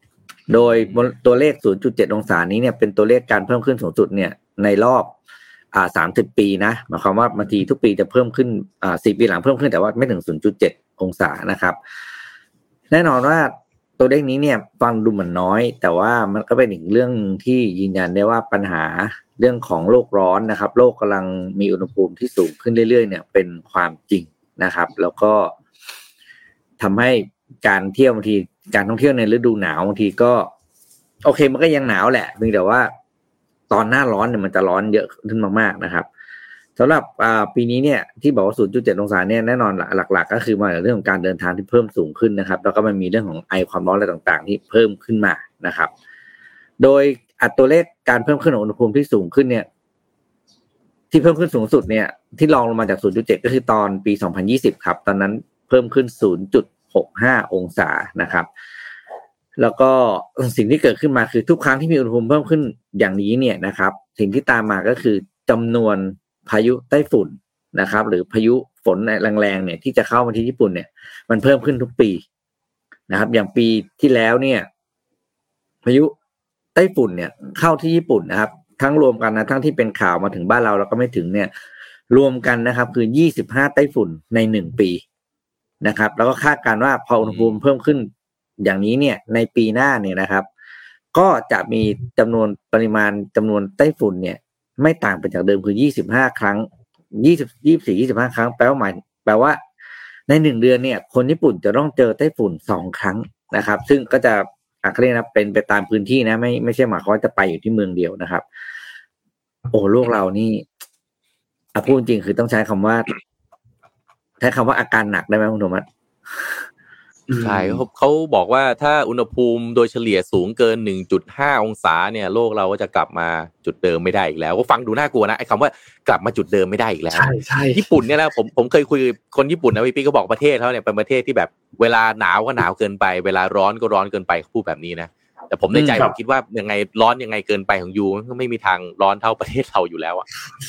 โดยตัวเลข ศูนย์จุดเจ็ด องศานี้เนี่ยเป็นตัวเลขการเพิ่มขึ้นสูงสุดเนี่ยในรอบอ่าสามสิบปีนะหมายความว่าบางทีทุกปีจะเพิ่มขึ้นอ่าสี่ปีหลังเพิ่มขึ้นแต่ว่าไม่ถึง ศูนย์จุดเจ็ด องศานะครับแน่นอนว่าตัวเลขนี้เนี่ยฟังดูเหมือนน้อยแต่ว่ามันก็เป็นอีกเรื่องที่ยืนยันได้ว่าปัญหาเรื่องของโลกร้อนนะครับโลกกำลังมีอุณหภูมิที่สูงขึ้นเรื่อยๆเนี่ยเป็นความจริงนะครับแล้วก็ทำให้การเที่ยวบางทีการท่องเที่ยวในฤดูหนาวบางทีก็โอเคมันก็ยังหนาวแหละเพียงแต่ว่าตอนหน้าร้อนเนี่ยมันจะร้อนเยอะขึ้นมากๆนะครับสำหรับปีนี้เนี่ยที่บอกว่า ศูนย์จุดเจ็ด องศาเนี่ยแน่นอนหลักๆก็คือมาจากเรื่องของการเดินทางที่เพิ่มสูงขึ้นนะครับแล้วก็มันมีเรื่องของไอความร้อนอะไรต่างๆที่เพิ่มขึ้นมานะครับโดยอัตราตัวเลขการเพิ่มขึ้นของอุณหภูมิที่สูงขึ้นเนี่ยที่เพิ่มขึ้นสูงสุดเนี่ยที่รองลงมาจาก ศูนย์จุดเจ็ด ก็คือตอนปีสองพันยี่สิบครับตอนนั้นเพิ่มขึ้น ศูนย์จุดหกห้า องศานะครับแล้วก็สิ่งที่เกิดขึ้นมาคือทุกครั้งที่มีอุณหภูมิเพิ่มขึ้นอย่างนี้เนี่ยนะครับสิ่งที่ตามมาก็คือจำนวนพายุไต้ฝุ่นนะครับหรือพายุฝนแรงๆเนี่ยที่จะเข้ามาที่ญี่ปุ่นเนี่ยมันเพิ่มขึ้นทุกปีนะครับอย่างปีที่แล้วเนี่ยพายุไต้ฝุ่นเนี่ยเข้าที่ญี่ปุ่นนะครับทั้งรวมกันนะทั้งที่เป็นข่าวมาถึงบ้านเราแล้วก็ไม่ถึงเนี่ยรวมกันนะครับคือยี่สิบห้าไต้ฝุ่นในหนึ่งปีนะครับแล้วก็คาดการณ์ว่าพออุณหภูมิเพิ่มขึ้นอย่างนี้เนี่ยในปีหน้าเนี่ยนะครับก็จะมีจำนวนปริมาณจำนวนไต้ฝุ่นเนี่ยไม่ต่างไปจากเดิมคือยี่สิบห้าครั้งยี่สิบ ยี่สิบสี่ ยี่สิบห้าครั้งแปลว่าหมายแปลว่าในหนึ่งเดือนเนี่ยคนญี่ปุ่นจะต้องเจอไต้ฝุ่นสองครั้งนะครับซึ่งก็จะอ่ะเรียกนะเป็นไปตามพื้นที่นะไม่ไม่ใช่หมายความว่าจะไปอยู่ที่เมืองเดียวนะครับโอ้โลกเรานี่อ่ะพูดจริงคือต้องใช้คำว่าใช้คำว่าอาการหนักได้ไหมคุณโทมัสใช่เขาเขาบอกว่าถ้าอุณหภูมิโดยเฉลี่ยสูงเกิน หนึ่งจุดห้า องศาเนี่ยโลกเราก็จะกลับมาจุดเดิมไม่ได้อีกแล้วก็ฟังดูน่ากลัวนะไอ้คำว่ากลับมาจุดเดิมไม่ได้อีกแล้วใช่ใช่ญี่ปุ่นเนี่ยนะผมผมเคยคุยกับคนญี่ปุ่นนะพี่ก็บอกประเทศเขาเนี่ยเป็นประเทศที่แบบเวลาหนาวก็หนาวเกินไปเวลาร้อนก็ร้อนเกินไปเขาพูดแบบนี้นะแต่ผมในใจผมคิดว่ายังไงร้อนยังไงเกินไปของยูก็ไม่มีทางร้อนเท่าประเทศเราอยู่แล้วอ่ะ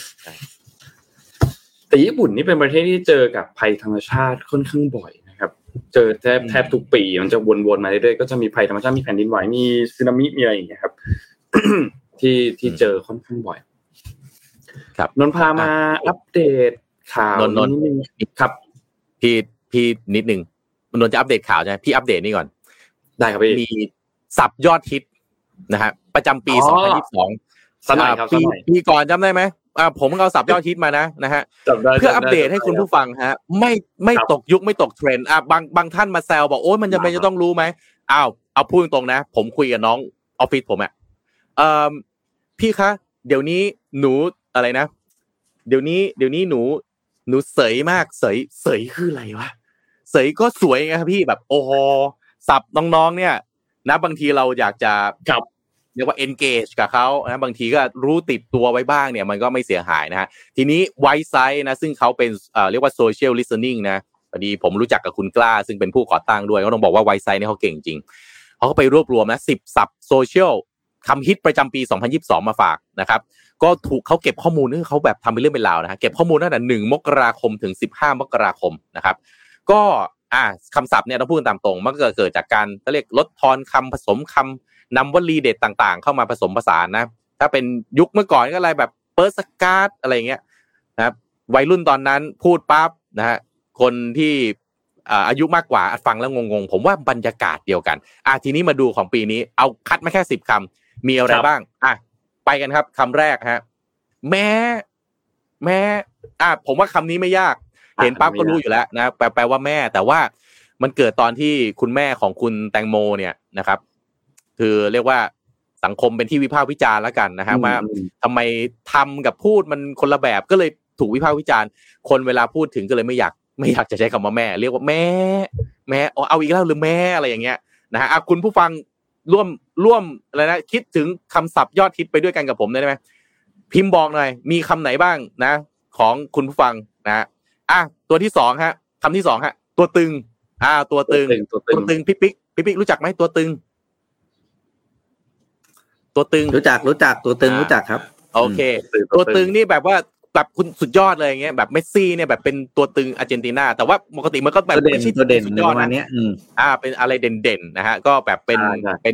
แต่ญี่ปุ่นนี่เป็นประเทศที่เจอกับภัยธรรมชาติค่อนข้างบ่อยนะครับเจอแทบแทบทุกปีมันจะวนๆมาเรื่อยๆก็จะมีภัยธรรมชาติมีแผ่นดินไหวมีสึนามิมีอะไรอย่างเงี้ยครับ ที่ที่เจอค่อนข้างบ่อยครับนนพามาอัปเดตข่าวนิดนึงครับพี่พี่นิดนึงนนจะอัปเดตข่าวใช่ไหมพี่อัปเดตนี่ก่อนได้ครับพี่มีศัพท์ยอดฮิตนะฮะประจำปีสองพันยี่สิบสองสักหน่อยครับสักหน่อยปีก่อนจำได้ไหมอ่าผมเอาศัพท์ยอดฮิตมานะนะฮะเพื่ออัปเดตให้คุณผู้ฟังฮะไม่ไม่ตกยุคไม่ตกเทรนด์อ่ะบางบางท่านมาแซวบอกโอ๊ยมันจะเป็นจะต้องรู้ไหมอ้าวเอาพูดตรงๆนะผมคุยกับน้องออฟฟิศผมอ่ะเอ่อพี่คะเดี๋ยวนี้หนูอะไรนะเดี๋ยวนี้เดี๋ยวนี้หนูหนูเสยมากเสยเสยคืออะไรวะเสยก็สวยไงครับพี่แบบโอ้โหศัพท์น้องๆเนี่ยนะบางทีเราอยากจะเรียกว่า engage กับเขานะบางทีก็รู้ติดตัวไว้บ้างเนี่ยมันก็ไม่เสียหายนะฮะทีนี้ White Side นะซึ่งเขาเป็นเอ่อเรียกว่า social listening นะพอดีผมรู้จักกับคุณกล้าซึ่งเป็นผู้ก่อตั้งด้วยก็ต้องบอกว่า White Side เนี่ยเขาเก่งจริงเขาก็ไปรวบรวมนะสิบศัพท์โซเชียลคำฮิตประจำปีสองพันยี่สิบสองมาฝากนะครับก็ถูกเขาเก็บข้อมูลคือเขาแบบทำเป็นเรื่องเป็นราวนะฮะเก็บข้อมูลตั้งแต่หนึ่งมกราคมถึงสิบห้ามกราคมนะครับก็อ่าคำศัพท์เนี่ยเราพูดตามตรงมันก็เกิดจากการเขาเรียกลดทอนคำผสมคำนำวลีเด็ดต่างๆเข้ามาผสมผสานนะถ้าเป็นยุคเมื่อก่อนก็อะไรแบบเปิร์สการ์ดอะไรเงี้ยนะครับวัยรุ่นตอนนั้นพูดปั๊บนะฮะคนที่อ่าอายุมากกว่าฟังแล้วงงๆผมว่าบรรยากาศเดียวกันอ่ะทีนี้มาดูของปีนี้เอาคัดมาแค่สิบคำมีอะไรบ้างอ่ะไปกันครับคำแรกฮะแม้แม้อ่ะผมว่าคำนี้ไม่ยากเห็นปั๊บก็รู้อยู่แล้วนะแปลแปลว่าแม่แต่ว่ามันเกิดตอนที่คุณแม่ของคุณแตงโมเนี่ยนะครับคือเรียกว่าสังคมเป็นที่วิพากษ์วิจารณ์แล้วกันนะฮะมาทำไมทำกับพูดมันคนละแบบก็เลยถูกวิพากษ์วิจารณ์คนเวลาพูดถึงก็เลยไม่อยากไม่อยากจะใช้คำว่าแม่เรียกว่าแม่แม่เอาอีกแล้วหรือแม่อะไรอย่างเงี้ยนะฮะคุณผู้ฟังร่วมร่วมอะไรนะคิดถึงคำศัพท์ยอดฮิตไปด้วยกันกับผมได้ไหมพิมพ์บอกหน่อยมีคำไหนบ้างนะของคุณผู้ฟังนะอ่ะตัวที่สองฮะคำที่สองฮะตัวตึงอ่าตัวตึงตัวตึงพี่ปิ๊กพี่ปิ๊กรู้จักไหมตัวตึงตัวตึงรู้จักรู้จักตัวตึงรู้จักครับโอเคตัวตึงนี่แบบว่าแบบคุณสุดยอดเลยอย่างเงี้ยแบบเมสซี่เนี่ยแบบเป็นตัวตึงอาร์เจนตินาแต่ว่าปกติมันก็แบบไม่ใช่ตัวเด่นสุดยอดนะเนี้ยอ่าเป็นอะไรเด่นๆนะฮะก็แบบเป็นเป็น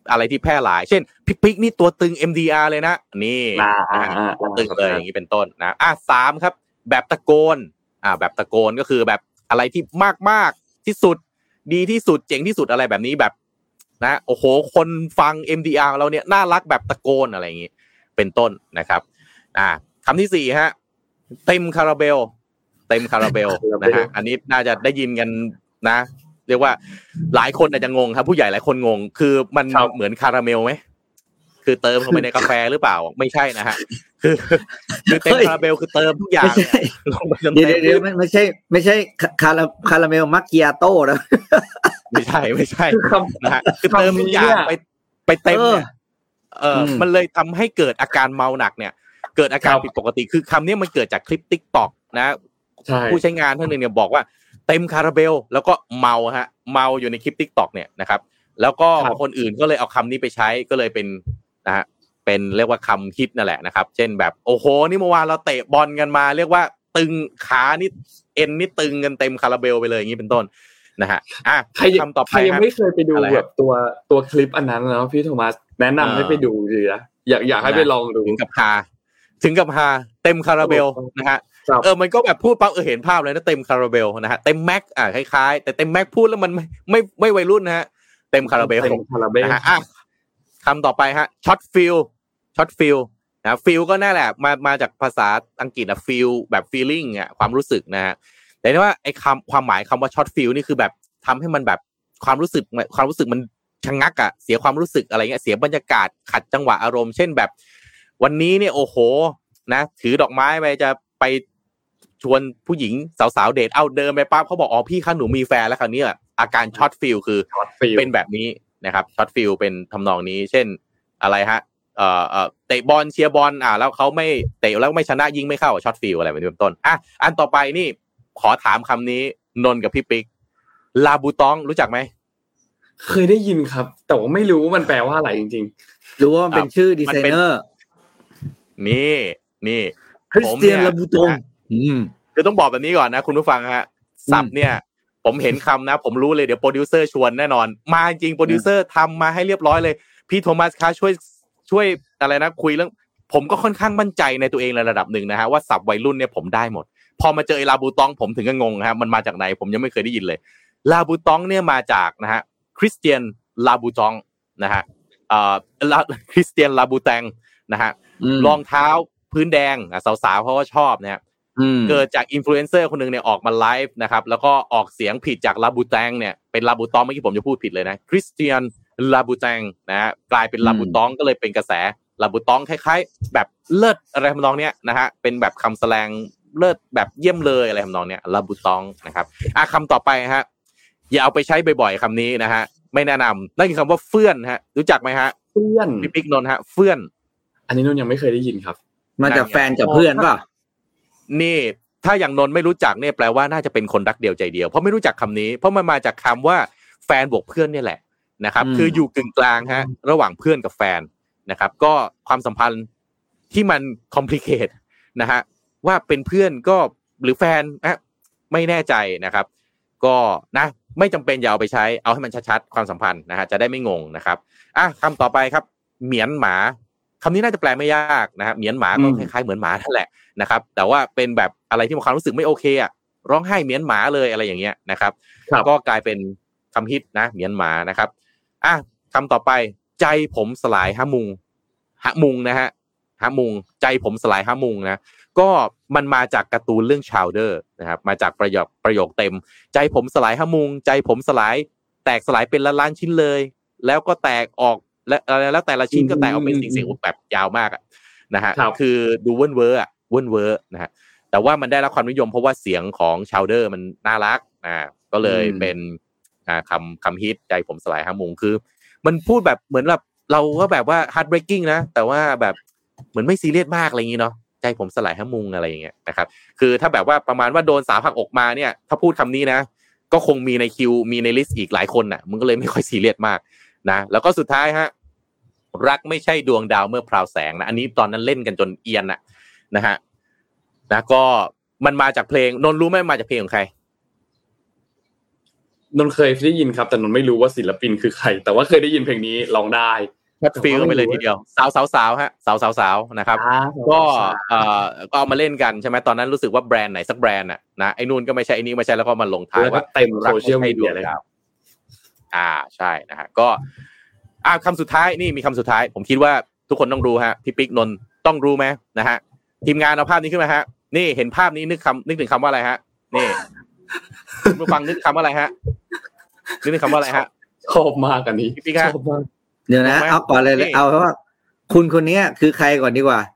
อะไรที่แพร่หลายเช่นพี่ปิ๊กนี่ตัวตึง เอ็ม ดี อาร์ เลยนะนี่ตัวตึงเลยอย่างนี้เป็นต้นนะอ่ะสามครับแบบตะโกนอ่าแบบตะโกนก็คือแบบอะไรที่มากๆที่สุดดีที่สุดเจ๋งที่สุดอะไรแบบนี้แบบนะโอ้โหคนฟัง เอ็ม ดี อาร์ เราเนี่ยน่ารักแบบตะโกนอะไรอย่างนี้เป็นต้นนะครับอ่าคำที่สี่ฮะเต็มคาราเบลเต็มคาราเบลนะฮะอันนี้น่าจะได้ยินกันนะเรียกว่าหลายคนอาจจะงงครับผู้ใหญ่หลายคนงงคือมันเหมือนคาราเมลไหมคือเติมเข้าไปในกาแฟหรือเปล่าไม่ใช่นะฮะคือคือเต็มคาราเบลคือเติมทุกอย่างลงไปจนเต็มเดี๋ยวไม่ใช่ไม่ใช่คาราคาราเมลมัคคิอาโต้นะไม่ใช่ไม่ใช่นะฮะคือเติมทุกอย่างไปไปเต็มเนี่ยเออมันเลยทำให้เกิดอาการเมาหนักเนี่ยเกิดอาการผิดปกติคือคำนี้มันเกิดจากคลิป TikTok นะผู้ใช้งานท่านนึงเนี่ยบอกว่าเต็มคาราเบลแล้วก็เมาฮะเมาอยู่ในคลิป TikTok เนี่ยนะครับแล้วก็คนอื่นก็เลยเอาคำนี้ไปใช้ก็เลยเป็นนะฮะเป็นเรียกว่าคำฮิตนั่นแหละนะครับเช่นแบบโอ้โหนี่เมื่อวานเราเตะบอลกันมาเรียกว่าตึงขานี่เอ็นนี่ตึงกันเต็มคาราเบลไปเลยอย่างนี้เป็นต้นนะฮะอ่ะคำต่อไปใครยังไม่เคยไปดูแบบตัวตัวคลิปอันนั้นนะพี่โทมัสแนะนำให้ไปดูดีนะอยากอยากให้ไปลองดูถึงกับฮาถึงกับฮาเต็มคาราเบลนะฮะเออมันก็แบบพูดปั๊บเออเห็นภาพเลยนะเต็มคาราเบลนะฮะเต็มแม็กอ่ะคล้ายๆแต่เต็มแม็กพูดแล้วมันไม่ไม่ไม่วัยรุ่นนะฮะเต็มคาราเบลนะฮะอ่ะคำต่อไปฮะช็อตฟิลช็อตฟิลนะฟิลก็นั่นแหละมามาจากภาษาอังกฤษอะฟิลแบบฟีลลิ่งอ่ะความรู้สึกนะฮะแต่ว่าไอ้คำความหมายคำว่าช็อตฟิลนี่คือแบบทำให้มันแบบความรู้สึกความรู้สึกมันชะงักอ่ะเสียความรู้สึกอะไรเงี้ยเสียบรรยากาศขัดจังหวะอารมณ์เช่นแบบวันนี้เนี่ยโอ้โหนะถือดอกไม้ไปจะไปชวนผู้หญิงสาวๆเดทเอาเดินไปปั๊บเขาบอกอ๋อพี่คะหนูมีแฟนแล้วคราวนี้อาการช็อตฟิลคือเป็นแบบนี้นะครับช็อตฟิลเป็นทำนองนี้เช่นอะไรฮะเอ่อเอ่อเตะบอลเชียร์บอลอ่ะแล้วเขาไม่เตะแล้วไม่ชนะยิงไม่เข้าช็อตฟิลอะไรแบบนี้เป็นต้นอ่ะอันต่อไปนี่ขอถามคำนี้นนท์กับพี่ปิ๊กลาบูตองรู้จักไหมเคยได้ยินครับแต่ว่าไม่รู้มันแปลว่าอะไรจริงๆรู้ว่ามันเป็นชื่อดีไซเนอร์นี่นี่คริสเตียนลาบูตองคือต้องบอกแบบนี้ก่อนนะคุณผู้ฟังฮะศัพท์เนี่ยผมเห็นคำนะผมรู้เลยเดี๋ยวโปรดิวเซอร์ชวนแน่นอนมาจริงโปรดิวเซอร์ทำมาให้เรียบร้อยเลยพี่โทมัสคะช่วยช่วยอะไรนะคุยเรื่องผมก็ค่อนข้างมั่นใจในตัวเองในระดับหนึ่งนะฮะว่าศัพท์วัยรุ่นเนี่ยผมได้หมดพอมาเจอไอ้ลาบูตองผมถึงก็งงฮะมันมาจากไหนผมยังไม่เคยได้ยินเลยลาบูตองเนี่ยมาจากนะฮะคริสเตียนลาบูตองนะฮะเอ่อคริสเตียนลาบูแตงนะฮะรองเท้าพื้นแดงสาวๆเขาก็ชอบนะฮะเกิดจากอินฟลูเอนเซอร์คนนึงเนี่ยออกมาไลฟ์นะครับแล้วก็ออกเสียงผิดจากลาบูแตงเนี่ยเป็นลาบูตองเมื่อกี้ผมจะพูดผิดเลยนะคริสเตียนลาบูแตงนะฮะกลายเป็นลาบูตองก็เลยเป็นกระแสลาบูตองคล้ายๆแบบเลิศอะไรทำนองเนี้ยนะฮะเป็นแบบคำแสดงเลิศแบบเยี่ยมเลยอะไรทำนองเนี้ยลาบูตองนะครับอ่ะคำต่อไปฮะอย่าเอาไปใช้บ่อยๆคำนี้นะฮะไม่แนะนำนั่นคือคำว่าเฟื่อนฮะรู้จักไหมฮะเฟื่อนพี่ปิ๊กนนท์ฮะเฟื่อนอันนี้นนท์ยังไม่เคยได้ยินครับมาจากแฟนจากเพื่อนป่ะนี่ถ้าอย่างนนท์ไม่รู้จักเนี่ยแปลว่าน่าจะเป็นคนรักเดียวใจเดียวเพราะไม่รู้จักคำนี้เพราะมันมาจากคำว่าแฟนบวกเพื่อนเนี่ยแหละนะครับคืออยู่กึ่งกลางฮะระหว่างเพื่อนกับแฟนนะครับก็ความสัมพันธ์ที่มันคอมพลีเคทนะฮะว่าเป็นเพื่อนก็หรือแฟนอ่ะไม่แน่ใจนะครับก็นะไม่จำเป็นอย่าเอาไปใช้เอาให้มันชัดๆความสัมพันธ์นะฮะจะได้ไม่งงนะครับอ่ะคำต่อไปครับเหมียนหมาคำนี้น่าจะแปลไม่ยากนะฮะเหมียนหมาก็คล้ายๆเหมือนหมานั่นแหละนะครับแต่ว่าเป็นแบบอะไรที่มีความรู้สึกไม่โอเคอ่ะร้องไห้เหมียนหมาเลยอะไรอย่างเงี้ยนะครับก็กลายเป็นคำฮิตนะเหมียนหมานะครับอ่ะคำต่อไปใจผมสลายฮะมุงฮะมุงนะฮะฮะมุงใจผมสลายฮะมุงนะก็มันมาจากการ์ตูนเรื่องชาวเดอร์นะครับมาจากประโยคประโยคเต็มใจผมสลายฮะมุงใจผมสลายแตกสลายเป็นล้านๆชิ้นเลยแล้วก็แตกออกและแล้วแต่ละชิ้นก็แตกออกเป็นสิ่งๆแบบยาวมากอ่ะนะฮะคือดูเว่นเวอร์อ่ะเว่นเวอร์นะฮะแต่ว่ามันได้รับความนิยมเพราะว่าเสียงของชาวเดอร์มันน่ารักอ่าก็เลยเป็นอ่าคำคำฮิตใจผมสลายฮะมุงคือมันพูดแบบเหมือนแบบเราก็แบบว่า hard breaking นะแต่ว่าแบบเหมือนไม่ซีเรียสมากอะไรอย่างงี้เนาะใจผมสลายฮะมุงอะไรอย่างเงี้ยนะครับคือถ้าแบบว่าประมาณว่าโดนสาวผลักอกมาเนี่ยถ้าพูดคำนี้นะก็คงมีในคิวมีในลิสต์อีกหลายคนน่ะมึงก็เลยไม่ค่อยซีเรียสมากนะแล้วก็สุดท้ายฮะรักไม่ใช่ดวงดาวเมื่อพราวแสงนะอันนี้ตอนนั้นเล่นกันจนเอียนน่ะนะฮะนะก็มันมาจากเพลงนนรู้ไหมมาจากเพลงของใครนนเคยได้ยินครับแต่นนไม่รู้ว่าศิลปินคือใครแต่ว่าเคยได้ยินเพลงนี้ร้องได้แคทฟีลไปเลยทีเดียวสาวๆๆฮะสาวๆๆนะครับก็เอ่อก็เอามาเล่นกันใช่ไหมตอนนั้นรู้สึกว่าแบรนด์ไหนสักแบรนด์น่ะนะไอ้นู่นก็ไม่ใช่ไอ้นี่ไม่ใช่แล้วก็มาลงท้ายว่าเต็มโซเชียลมีเดียเลยครับอ่าใช่นะฮะก็อ่าคำสุดท้ายนี่มีคำสุดท้ายผมคิดว่าทุกคนต้องรู้ฮะพี่ปิ๊กนนท์ต้องรู้ไหมนะฮะทีมงานเอาภาพนี้ขึ้นมาฮะนี่เห็นภาพนี้นึกคำนึกถึงคำว่าอะไรฮะนี่ผู้ฟังนึกคำว่าอะไรฮะนึกถึงคำว่าอะไรฮะชอบมากอันนี้พี่ปิ๊กฮะเดี๋ยวนะเอาก่อนเลยเอาเพราะว่าคุณคนนี้คือใครก่อนดีกว่า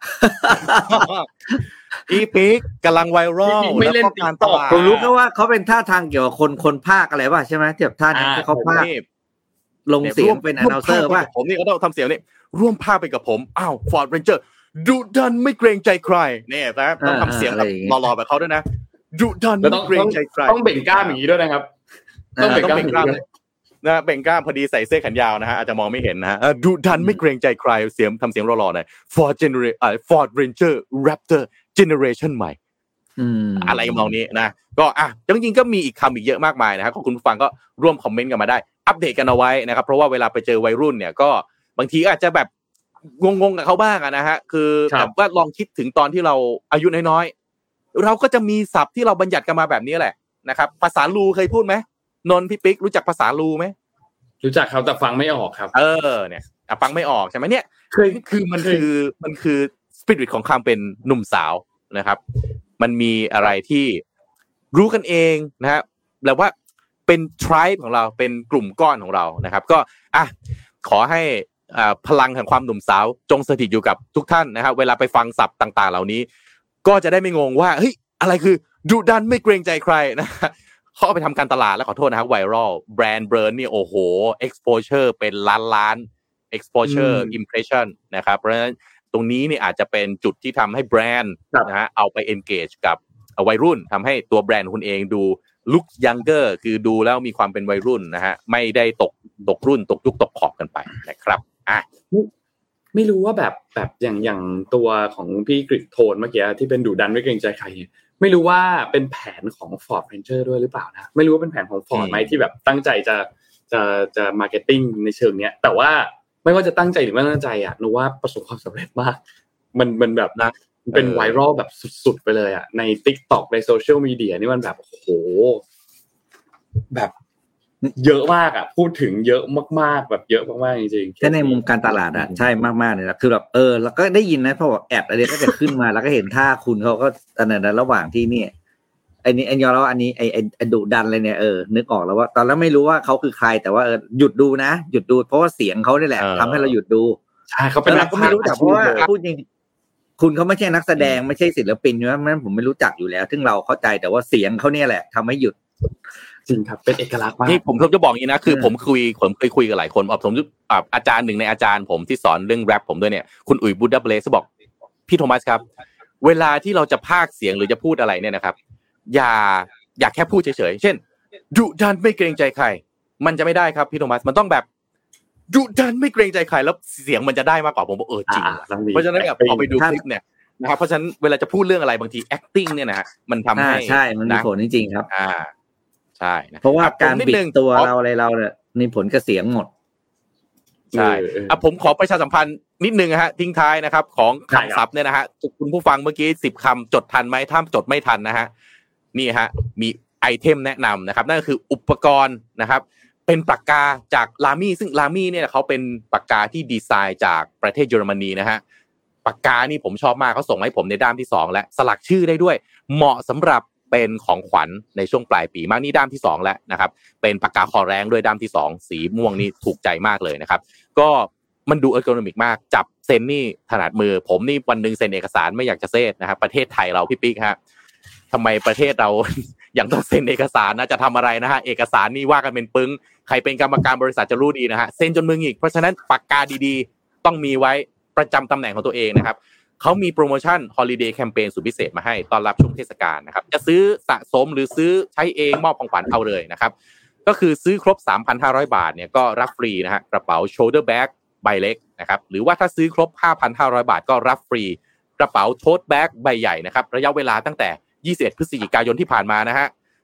พี่ปิ๊กกำลังไวรัลไม่เล่นติ๊กต็อกผมรู้แค่ว่าเขาเป็นท่าทางเกี่ยวกับคนคนภาคอะไรป่ะใช่ไหมเทียบท่านี้ที่เขาภาคลงเสียงเป็นอนาลเซอร์ป่ะผมนี่ก็ต้องทำเสียงนี่ร่วมภาคไปกับผมอ้าวฟอร์ดเรนเจอร์ดุดันไม่เกรงใจใครเนี่ยนะต้องทำเสียงแบบหล่อๆแบบเขาด้วยนะดุดันไม่เกรงใจใครต้องเบ่งกล้ามอย่างนี้ด้วยนะครับต้องเบ่งกล้ามนะเบ่งกล้ามพอดีใส่เสื้อแขนยาวนะฮะอาจจะมองไม่เห็นนะฮะดุดันไม่เกรงใจใครเสียงทำเสียงหล่อๆหน่อย Ford Generation อ่า Ford Ranger Raptor Generation ใหม่อะไรมองนี้นะก็อ่ะจริงๆก็มีอีกคำอีกเยอะมากมายนะฮะคุณผู้ฟังก็ร่วมคอมเมนต์กันมาได้อัปเดตกันเอาไว้นะครับเพราะว่าเวลาไปเจอวัยรุ่นเนี่ยก็บางทีอาจจะแบบงงๆกับเขาบ้างนะฮะคือแบบว่าลองคิดถึงตอนที่เราอายุน้อยๆเราก็จะมีศัพท์ที่เราบัญญัติกันมาแบบนี้แหละนะครับภาษาลูเคยพูดไหมนนท์พี่ปิ๊กรู้จักภาษาลูไหมรู้จักครับแต่ฟังไม่ออกครับเออเนี่ยฟังไม่ออกใช่ไหมเนี่ยคือคือมันคือมันคือสปิริตของความเป็นหนุ่มสาวนะครับมันมีอะไรที่รู้กันเองนะฮะแล้วว่าเป็น tribe ของเราเป็นกลุ่มก้อนของเรานะครับก็อ่ะขอให้อ่าพลังแห่งความหนุ่มสาวจงสถิตอยู่กับทุกท่านนะครับเวลาไปฟังศัพท์ต่างๆเหล่านี้ก็จะได้ไม่งงว่าเฮ้ยอะไรคือดุดันไม่เกรงใจใครนะเขาเอาไปทำการตลาดแล้วขอโทษนะครับไวรัลแบรนด์เบิร์นนี่โอ้โห exposure เป็นล้านล้าน exposure impression นะครับเพราะฉะนั้นตรงนี้นี่อาจจะเป็นจุดที่ทำให้แบรนด์นะฮะเอาไป engage กับวัยรุ่นทำให้ตัวแบรนด์คุณเองดู look younger คือดูแล้วมีความเป็นวัยรุ่นนะฮะไม่ได้ตกตกรุ่นตกยุคตกขอบกันไปนะครับอ่ะไม่รู้ว่าแบบแบบอย่างอย่างตัวของพี่กฤษโทนเมื่อกี้ที่เป็นดุดันไม่เกรงใจใครไม่รู้ว่าเป็นแผนของ Ford Ranger ด้วยหรือเปล่านะไม่รู้ว่าเป็นแผนของ Ford มั้ยที่แบบตั้งใจจะจะจะมาร์เก็ตติ้งในเชิงเนี้ยแต่ว่าไม่ว่าจะตั้งใจหรือไม่ตั้งใจอ่ะนึกว่าประสบความสำเร็จมากมันมันแบบนะเป็นไวรัลแบบสุดๆไปเลยอ่ะใน TikTok ในโซเชียลมีเดียนี่มันแบบโอ้โหแบบเยอะมากอ่ะพูดถึงเยอะมากๆแบบเยอะมากๆจริงๆถ้าในมุมการตลาดอ่ะใช่มากๆเลยนะคือแบบเออแล้วก็ได้ยินนะเพราะว่าแอดอะไรก็จะขึ้นมาแล้วก็เห็นท่าคุณเขาก็อันนั้นระหว่างที่นี่ไอ้นี่ไอ้ยอแล้วอันนี้ไอ้ไอ้ดุดันเลยเนี่ยเออนึกออกแล้วว่าตอนแรกไม่รู้ว่าเขาคือใครแต่ว่าเออหยุดดูนะหยุดดูเพราะว่าเสียงเขานี่แหละทำให้เราหยุดดูใช่เขาเป็นนักก็ไม่รู้จักเพราะว่าพูดจริงคุณเขาไม่ใช่นักแสดงไม่ใช่ศิลปินใช่ไหมนั้นผมไม่รู้จักอยู่แล้วซึ่งเราเข้าใจแต่ว่าเสียงเขาเนี่ยแหละทำให้หยุดจริงครับเป็นเอกลักษณ์มากนี่ผมจะบอกอย่างนี้นะคือผมคุยผมเคยคุยกับหลายคนผมอาจารย์หนึ่งในอาจารย์ผมที่สอนเรื่องแรปผมด้วยเนี่ยคุณอุ๋ยบูดาเบลสบอกพี่โทมัสครับเวลาที่เราจะพากย์เสียงหรือจะพูดอะไรเนี่ยนะครับอย่าอย่าแค่พูดเฉยๆเช่นดุดันไม่เกรงใจใครมันจะไม่ได้ครับพี่โทมัสมันต้องแบบดุดันไม่เกรงใจใครแล้วเสียงมันจะได้มากกว่าผมบอกเออจริงเพราะฉะนั้นเนี่ยพอไปดูคลิปเนี่ยนะครับเพราะฉะนั้นเวลาจะพูดเรื่องอะไรบางที acting เนี่ยนะฮะมันทำให้ใช่มันมีผลจริงๆครับอ่าใช่นะเพราะว่าการบิดตัวเราอะไรเราเนี่ยมีผลกับเสียงหมดใช่อ่ะผมขอประชาสัมพันธ์นิดนึงนะฮะทิ้งท้ายนะครับของคำศัพท์เนี่ยนะฮะคุณผู้ฟังเมื่อกี้สิบคำจดทันไหมถ้าจดไม่ทันนะฮะนี่ฮะมีไอเทมแนะนำนะครับนั่นก็คืออุปกรณ์นะครับเป็นปากกาจากลามี่ซึ่งลามี่เนี่ยเขาเป็นปากกาที่ดีไซน์จากประเทศเยอรมนีนะฮะปากกานี่ผมชอบมากเขาส่งให้ผมในด้ามที่สองและสลักชื่อได้ด้วยเหมาะสำหรับเป็นของขวัญในช่วงปลายปีมากนี่ด้ามที่สองแล้วนะครับเป็นปากกาคอแรงด้วยด้ามที่สองสีม่วงนี่ถูกใจมากเลยนะครับก็มันดูเออร์โกนอมิกมากจับเซ็นนี่ถนัดมือผมนี่วันนึงเซ็นเอกสารไม่อยากจะเซ็นนะครับประเทศไทยเราพี่ปิ๊กฮะทำไมประเทศเรา อย่างต้องเซ็นเอกสารนะจะทำอะไรนะฮะเอกสารนี่ว่ากันเป็นปึ้งใครเป็นกรรมการบริษัทจะรู้ดีนะฮะเซ็นจนมึงอีกเพราะฉะนั้นปากกาดีๆต้องมีไว้ประจำตำแหน่งของตัวเองนะครับเขามีโปรโมชั่น Holiday Campaign สุดพิเศษมาให้ต้อนรับช่วงเทศกาลนะครับจะซื้อสะสมหรือซื้อใช้เองมอบของขวัญเอาเลยนะครับก็คือซื้อครบ สามพันห้าร้อย บาทเนี่ยก็รับฟรีนะฮะกระเป๋า shoulder bag ใบเล็กนะครับหรือว่าถ้าซื้อครบ ห้าพันห้าร้อย บาทก็รับฟรีกระเป๋า tote bag ใบใหญ่นะครับระยะเวลาตั้งแต่ยี่สิบเอ็ดพฤศจิกายนที่ผ่านมานะฮะ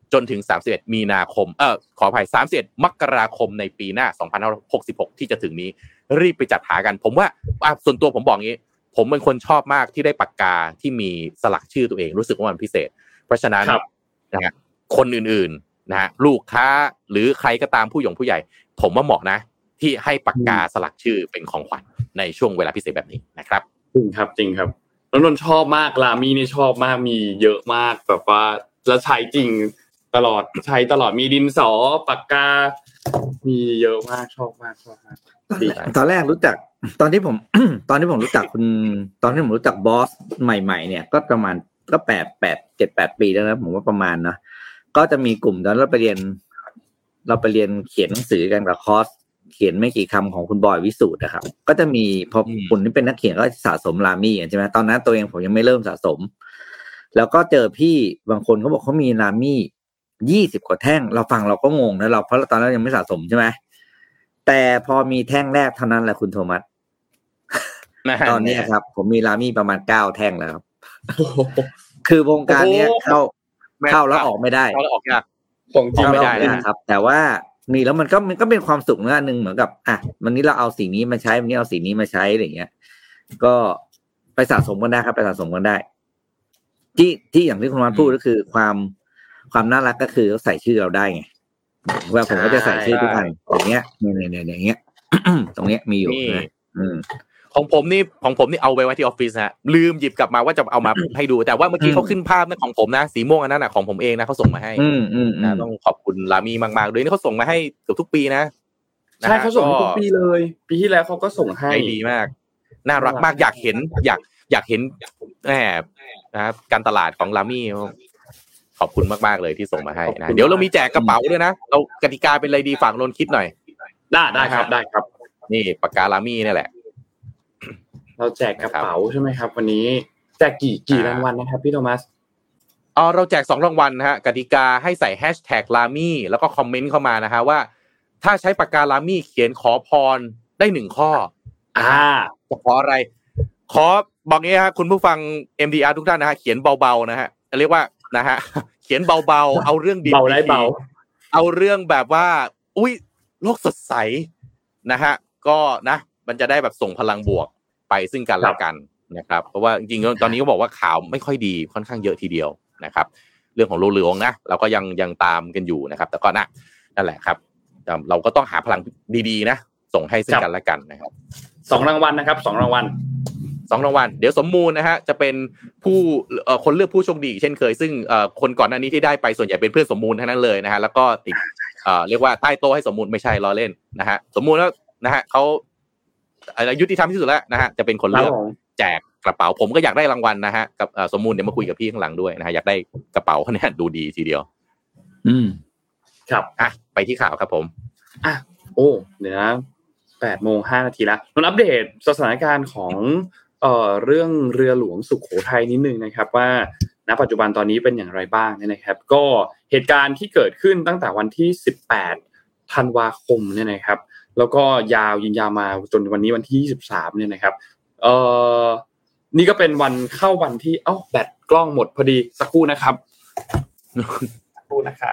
จนถึงสามสิบเอ็ดมีนาคมเอ่อขออภัยสามสิบเอ็ดมกราคมในปีหน้าสองพันห้าร้อยหกสิบหกที่จะถึงนี้รีบไปจัดหากันผมว่าส่วนตัวผมบอกงี้ผมเป็นคนชอบมากที่ได้ปากกาที่มีสลักชื่อตัวเองรู้สึกว่ามันพิเศษเพราะฉะนั้นนะฮะคนอื่นๆนะฮะลูกค้าหรือใครก็ตามผู้หยงผู้ใหญ่ผมว่าเหมาะนะที่ให้ปากกาสลักชื่อเป็นของขวัญในช่วงเวลาพิเศษแบบนี้นะครับจริงครับจริงครับแล้วนนท์ชอบมากลามี่นี่ชอบมากมีเยอะมากแบบว่าแล้วใช้จริงตลอดใช้ตลอดมีดินสอปากกามีเยอะมากชอบมากชอบมากตอนแรกรู้จักตอนที่ผม ตอนที่ผมรู้จักคุณตอนที่ผมรู้จักบอสใหม่ๆเนี่ยก็ประมาณก็แปด แปด เจ็ด แปดปีแล้วนะผมว่าประมาณนะก็จะมีกลุ่มตอนเราไปเรียนเราไปเรียนเขียนหนังสือกันกับคอร์สเขียนไม่กี่คำของคุณบอยวิสูตรนะครับก็จะมีพอคุณที่เป็นนักเขียนก็สะสมรามี่ใช่ไหมตอนนั้นตัวเองผมยังไม่เริ่มสะสมแล้วก็เจอพี่บางคนเขาบอกเขามีรามี่ยี่สิบกว่าแท่งเราฟังเราก็งงนะเราเพราะตอนนั้นยังไม่สะสมใช่ไหมแต่พอมีแท่งแรกเท่านั้นแหละคุณโทมัสตอนนี้ครับผมมีรามี่ประมาณเก้าแท่งแล้วครับคือวงการนี้เข้าเข้าแล้วออกไม่ได้เข้าแล้วออกยากของจริงไม่ได้นะครับแต่ว่ามีแล้วมันก็มันก็เป็นความสุขนะนึงเหมือนกับอ่ะวันนี้เราเอาสีนี้มาใช้วันนี้เอาสีนี้มาใช้อะไรอย่างเงี้ยก็ไปสะสมกันได้ครับไปสะสมกันได้ที่ที่อย่างที่คุณวันพูดก็คือความความน่ารักก็คือใส่ชื่อเราได้ไงว่าผมก็จะใส่ชื่อทุกอันอย่างเงี้ยเนี่ยๆๆอย่างเงี้ยตรงเนี้ยมีอยู่นะอืมของผมนี่ของผมนี่เอาไว้ไว้ที่ออฟฟิศฮะลืมหยิบกลับมาว่าจะเอามาให้ดูแต่ว่าเมื่อกี้เขาขึ้นภาพนะของผมนะสีม่วงอันนั้นน่ะของผมเองนะเขาส่งมาให้นะต้องขอบคุณลามี่มากๆด้วยนี่เขาส่งมาให้เกือบทุกปีนะใช่เขาส่งทุกปีเลยปีที่แล้วเขาก็ส่งให้ดีมากน่ารักมากอยากเห็นอยากอยากเห็นแหมนะครับการตลาดของลามี่ขอบคุณมากๆเลยที่ส่งมาให้นะเดี๋ยวเรามีแจกกระเป๋าด้วยนะเรากติกาเป็นอะไรดีฝากนนท์คิดหน่อยได้ได้ครับได้ครับนี่ปากกาลามี่นี่แหละเราแจกกระเป๋าใช่ไหมครับวันนี้แจกกี่กี่รางวัลนะครับพี่โทมัสอ๋อเราแจกสองรางวัลนะฮะกติกาให้ใส่แฮชแท็กลามี่แล้วก็คอมเมนต์เข้ามานะฮะว่าถ้าใช้ปากกาลามี่เขียนขอพรได้หนึ่งข้ออ่าจะขออะไรขอบอกงี้ฮะคุณผู้ฟัง เอ็ม ดี อาร์ ทุกท่านนะฮะเขียนเบาๆนะฮะเรียกว่านะฮะเขียนเบาๆเอาเรื่องดีเบาได้เบาเอาเรื่องแบบว่าอุ๊ยโลกสดใสนะฮะก็นะมันจะได้แบบส่งพลังบวกไปซึ่งกันและกันนะครับเพราะว่าจริงๆตอนนี้ก็บอกว่าข่าวไม่ค่อยดีค่อนข้างเยอะทีเดียวนะครับเรื่องของโลกเหลืองนะเราก็ยังยังตามกันอยู่นะครับแต่ก็นะนั่นแหละครับเราก็ต้องหาพลังดีๆนะส่งให้ซึ่งกันและกันนะครับสองรางวัลนะครับสองรางวัลสองรางวัลเดี๋ยวสมมูลนะฮะจะเป็นผู้เอ่อคนเลือกผู้โชคดีเช่นเคยซึ่งเอ่อคนก่อนหน้านี้ที่ได้ไปส่วนใหญ่เป็นเพื่อนสมมูลทั้งนั้นเลยนะฮะแล้วก็ติดเอ่อเรียกว่าใต้โต๊ะให้สมมูลไม่ใช่ล้อเล่นนะฮะสมมูลแล้วนะฮะเขายุติธรรมที่สุดแล้วนะฮะจะเป็นคนเลือกแจกกระเป๋าผมก็อยากได้รางวัลนะฮะกับสมมูลเดี๋ยวมาคุยกับพี่ข้างหลังด้วยนะฮะอยากได้กระเป๋าเนี่ยดูดีทีเดียวอืมครับอ่ะไปที่ข่าวครับผมอ่ะโอ้เดี๋ยวนะแปดโมงห้านาทีแล้วเราอัปเดตสถานการณ์ของเอ่อเรื่องเรือหลวงสุโขทัยนิดนึงนะครับว่าณปัจจุบันตอนนี้เป็นอย่างไรบ้างเนี่ยนะครับก็เหตุการณ์ที่เกิดขึ้นตั้งแต่วันที่สิบแปดธันวาคมเนี่ยนะครับแล้วก็ยาวยิงยาวมาจนวันนี้วันที่ยี่สิบสามเนี่ยนะครับเอ่อนี่ก็เป็นวันเข้าวันที่เอ้าแบตกล้องหมดพอดีสักครู่นะครับสักครู่นะคะ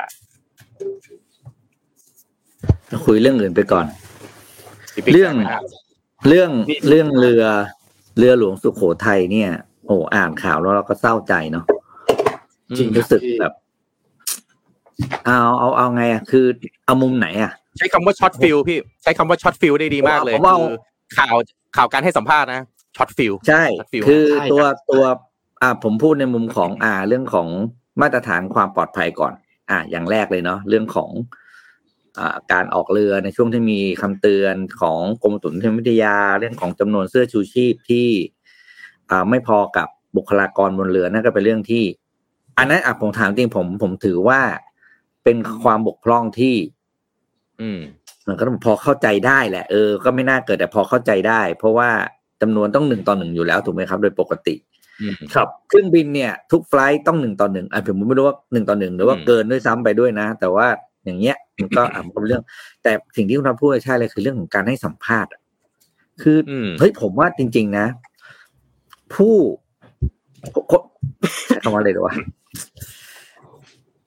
คุยเรื่องอื่นไปก่อนเรื่องเรื่องเรื่องเรือเรือหลวงสุโขทัยเนี่ยโอ้อ่านข่าวแล้วเราก็เศร้าใจเนาะจริงรู้สึกแบบเอาเอาเอาไงอ่ะคือเอามุมไหนอ่ะใช้คำว่าช็อตฟิลพี่ใช้คำว่าช็อตฟิลได้ดีมากเลยคือข่าวข่าวการให้สัมภาษณ์นะช็อตฟิลใช่คือตัวตัวอ่าผมพูดในมุมของอ่าเรื่องของมาตรฐานความปลอดภัยก่อนอ่าอย่างแรกเลยเนาะเรื่องของอ่าการออกเรือในช่วงที่มีคำเตือนของกรมอุตุนิยมวิทยาเรื่องของจำนวนเสื้อชูชีพที่อ่าไม่พอกับบุคลากรบนเรือนั่นก็เป็นเรื่องที่อันนั้นอ่ะผมถามจริงผมผมถือว่าเป็นความบกพร่องที่อืมมันก็พอเข้าใจได้แหละเออก็ไม่น่าเกิดแต่พอเข้าใจได้เพราะว่าจำนวนต้องหนึ่งต่อหนึ่งอยู่แล้วถูกไหมครับโดยปกติครับเครื่องบินเนี่ยทุกไฟลท์ต้องหนึ่งต่อหนึ่งอ่ะผมไม่รู้ว่าหนึ่งต่อหนึ่งหรือว่าเกินด้วยซ้ำไปด้วยนะแต่ว่าอย่างเงี้ยมันก็อ่ะมันเป็นเรื่องแต่สิ่งที่คุณพูดใช่เลยคือเรื่องของการให้สัมภาษณ์คือเฮ้ยผมว่าจริงๆนะผู้ใช้คำว่าอะไรดีวะ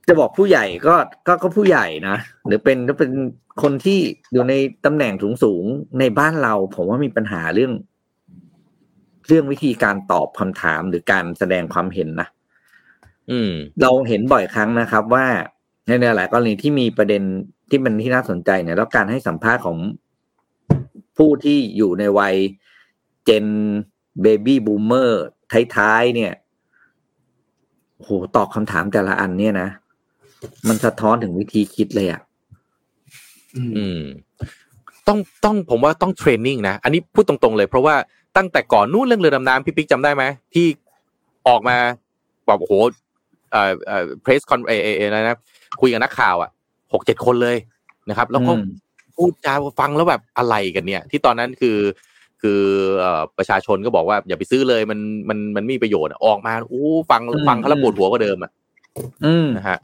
จะบอกผู้ใหญ่ก็ก็ก็ผู้ใหญ่นะหรือเป็นก็เป็นคนที่อยู่ในตำแหน่งสูงๆในบ้านเราผมว่ามีปัญหาเรื่องเรื่องวิธีการตอบคำถามหรือการแสดงความเห็นนะอืมเราเห็นบ่อยครั้งนะครับว่าในหลายกรณีที่มีประเด็นที่มันที่น่าสนใจเนี่ยแล้วการให้สัมภาษณ์ของผู้ที่อยู่ในวัยเจนเบบี้บูมเมอร์ท้ายๆเนี่ยโหตอบคำถามแต่ละอันเนี่ยนะมันสะท้อนถึงวิธีคิดเลยอ่ะอืมต้องต้องผมว่าต้องเทรนนิ่งนะอันนี้พูดตรงๆเลยเพราะว่าตั้งแต่ก่อนนู้นเรื่องเรือดำน้ำพี่ปิ๊กจำได้ไหมที่ออกมาบอกโอ้โหเอ่อเอ่อเพรสคอนเอเอเออะไรนะคุยกับนักข่าวอ่ะหกเจ็ดคนเลยนะครับแล้วก็พูดจาฟังแล้วแบบอะไรกันเนี่ยที่ตอนนั้นคือคือเอ่อประชาชนก็บอกว่าอย่าไปซื้อเลยมันมันมันไม่มีประโยชน์ออกมาอู้ฟังฟังเขาแล้วปวดหัวกว่าเดิมอ่ะนะฮะ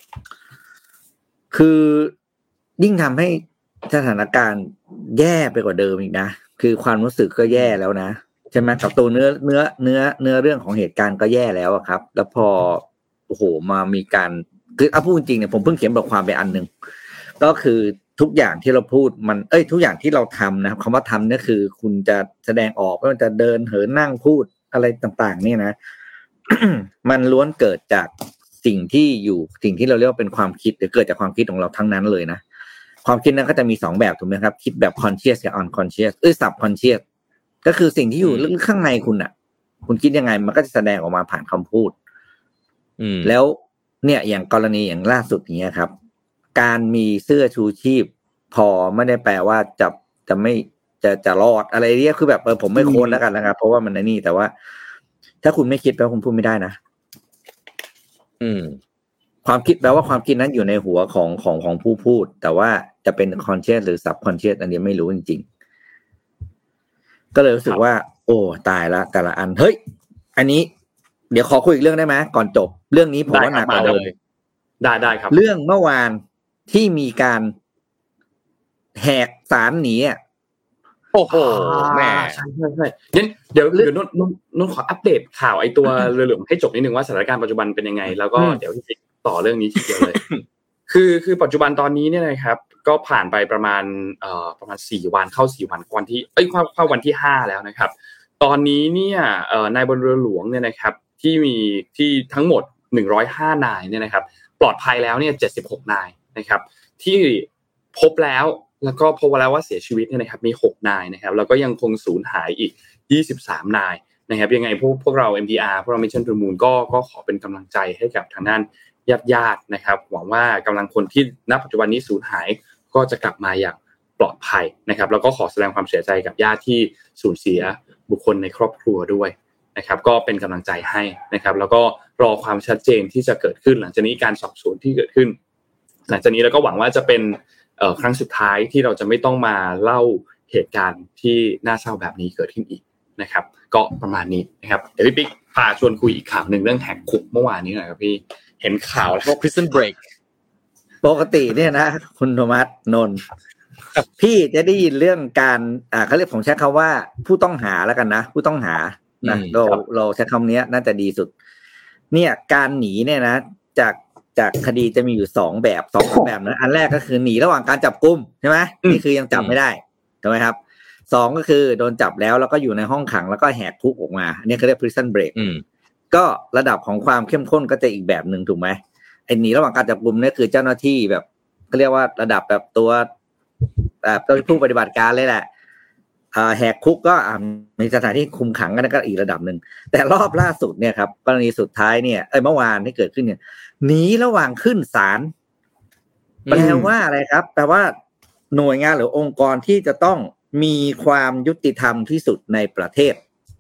คือยิ่งทำให้สถานการณ์แย่ไปกว่าเดิมอีกนะคือความรู้สึกก็แย่แล้วนะใช่ไหมกับตัวเนื้อเนื้อเนื้อเนื้อเรื่องของเหตุการณ์ก็แย่แล้วอะครับแล้วพอโอ้โหมามีการคือเอาพูดจริงเนี่ยผมเพิ่งเขียนบทความไปอันนึงก็คือทุกอย่างที่เราพูดมันเอ้ยทุกอย่างที่เราทำนะครับคำว่าทำเนี่ยคือคุณจะแสดงออกไม่ว่าจะเดินเหินนั่งพูดอะไรต่างๆเนี่ยนะ มันล้วนเกิดจากสิ่งที่อยู่สิ่งที่เราเรียกว่าเป็นความคิดหรือเกิดจากความคิดของเราทั้งนั้นเลยนะความคิดนั้นก็จะมีสองแบบถูกไหมครับคิดแบบ conscious กับ unconscious เอ้ย subconscious ก็คือสิ่งที่อยู่ลึกข้างในคุณน่ะคุณคิดยังไงมันก็จะแสดงออกมาผ่านคำพูดแล้วเนี่ยอย่างกรณีอย่างล่าสุดอย่างเงี้ยครับการมีเสื้อชูชีพพอไม่ได้แปลว่าจะจะไม่จะจะรอดอะไรเรียกคือแบบเออผมไม่โค้ดแล้วกันนะครับเพราะว่ามันในนี่แต่ว่าถ้าคุณไม่คิดแปลว่าคุณพูดไม่ได้นะอืมความคิดแปลว่าความคิดนั้นอยู่ในหัวของของของผู้พูดแต่ว่าจะเป็น conscious หรือ subconscious อันนี้ไม่รู้จริงๆก็เลยรู้สึกว่าโอ้ตายละแต่ละอันเฮ้ยอันนี้เดี๋ยวขอคุยอีกเรื่องได้ไหมก่อนจบเรื่องนี้ผมว่าหนักกว่าเดิมได้ได้ครับเรื่องเมื่อวานที่มีการแหกศาลหนีอ่ะโอ้โหแม่ใช่ใช่ใช่งั้นเดี๋ยวเดี๋ยวนุ่นนุ่นนุ่นขออัปเดตข่าวไอ้ตัวเรือหลวงให้จบนิดนึงว่าสถานการณ์ปัจจุบันเป็นยังไงแล้วก็เดี๋ยวที่ต่อเรื่องนี้ทีเดียวเลย คือคือปัจจุบันตอนนี้เนี่ยนะครับก็ผ่านไปประมาณเอ่อประมาณสี่วันเข้าสี่วันวันที่เอ้ยเข้าเข้าวันที่ห้าแล้วนะครับตอนนี้เนี่ยเอ่อนายบนเรือหลวงเนี่ยนะครับที่มีที่ทั้งหมดหนึ่งร้อยห้านายเนี่ยนะครับปลอดภัยแล้วเนี่ยเจ็ดสิบหกนายนะครับที่พบแล้วแล้วก็พบแล้วว่าเสียชีวิตเนี่ยนะครับมีหกนายนะครับแล้วก็ยังคงสูญหายอีกยี่สิบสามนายนะครับยังไงพวกพวกเรา เอ็ม ที อาร์ พวกเรา Mission to the Moon ก็ก็ขอเป็นกำลังใจให้กับทางด้านญาติๆนะครับหวังว่ากำลังคนที่ณปัจจุบันนี้สูญหายก็จะกลับมาอย่างปลอดภัยนะครับแล้วก็ขอแสดงความเสียใจกับญาติที่สูญเสียบุคคลในครอบครัวด้วยนะครับก็เป็นกำลังใจให้นะครับแล้วก็รอความชัดเจนที่จะเกิดขึ้นหลังจากนี้การสอบสวนที่เกิดขึ้นหลังจากนี้เราก็หวังว่าจะเป็นเอ่อครั้งสุดท้ายที่เราจะไม่ต้องมาเล่าเหตุการณ์ที่น่าเศร้าแบบนี้เกิดขึ้นอีกนะครับก็ประมาณนี้นะครับเดี๋ยวพี่ปิ๊กพาชวนคุยอีกข่าวนึงเรื่องแหกคุกเมื่อวานนี้หน่อยครับพี่เห็นข่าวแล้ว Prison Break ปกติเนี่ยนะคุณโทมัสนนท์พี่จะได้ยินเรื่องการอ่าเขาเรียกผมใช้คำว่าผู้ต้องหาแล้วกันนะผู้ต้องหานะเราเราใช้คำนี้น่าจะดีสุดเนี่ยการหนีเนี่ยนะจากจากคดีจะมีอยู่สองแบบสองแบบนะอันแรกก็คือหนีระหว่างการจับกุมใช่ไหมนี่คือยังจับไม่ได้ถูกไหมครับสองก็คือโดนจับแล้วแล้วก็อยู่ในห้องขังแล้วก็แหกคุกออกมาอันนี้เขาเรียก prison break ก็ระดับของความเข้มข้นก็จะอีกแบบนึงถูกไหมไอ้หนีระหว่างการจับกุมเนี่ยคือเจ้าหน้าที่แบบเขาเรียกว่าระดับแบบตัวแบบตัวผู้ปฏิบัติการเลยแหละแหกคุกก็มีสถานที่คุมขังกันก็อีกระดับนึงแต่รอบล่าสุดเนี่ยครับกรณีสุดท้ายเนี่ยเอ้ยเมื่อวานที่เกิดขึ้นเนี่ยหนีระหว่างขึ้นศาลแปลว่าอะไรครับแปลว่าหน่วยงานหรือองค์กรที่จะต้องมีความยุติธรรมที่สุดในประเทศ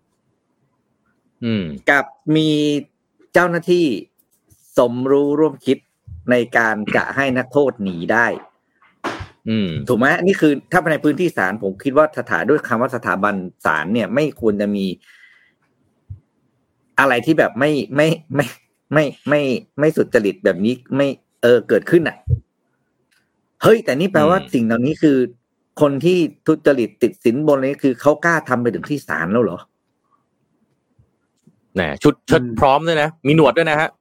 กับมีเจ้าหน้าที่สมรู้ร่วมคิดในการจะให้นักโทษหนีได้ถูกไหมนี่คือถ้าในพื้นที่ศาลผมคิดว่าสถานด้วยคำว่าสถาบันศาลเนี่ยไม่ควรจะมีอะไรที่แบบไม่ไม่ไม่ไม่ไม่ไม่สุจริตแบบนี้ไม่เออเกิดขึ้นอ่ะเฮ้ยแต่นี่แปลว่าสิ่งเหล่านี้คือคนที่ทุจริตติดสินบนนี้คือเขากล้าทำไปถึงที่ศาลแล้วเหรอแหมชุดชุดพร้อมด้วยนะมีหนวดด้วยนะฮะ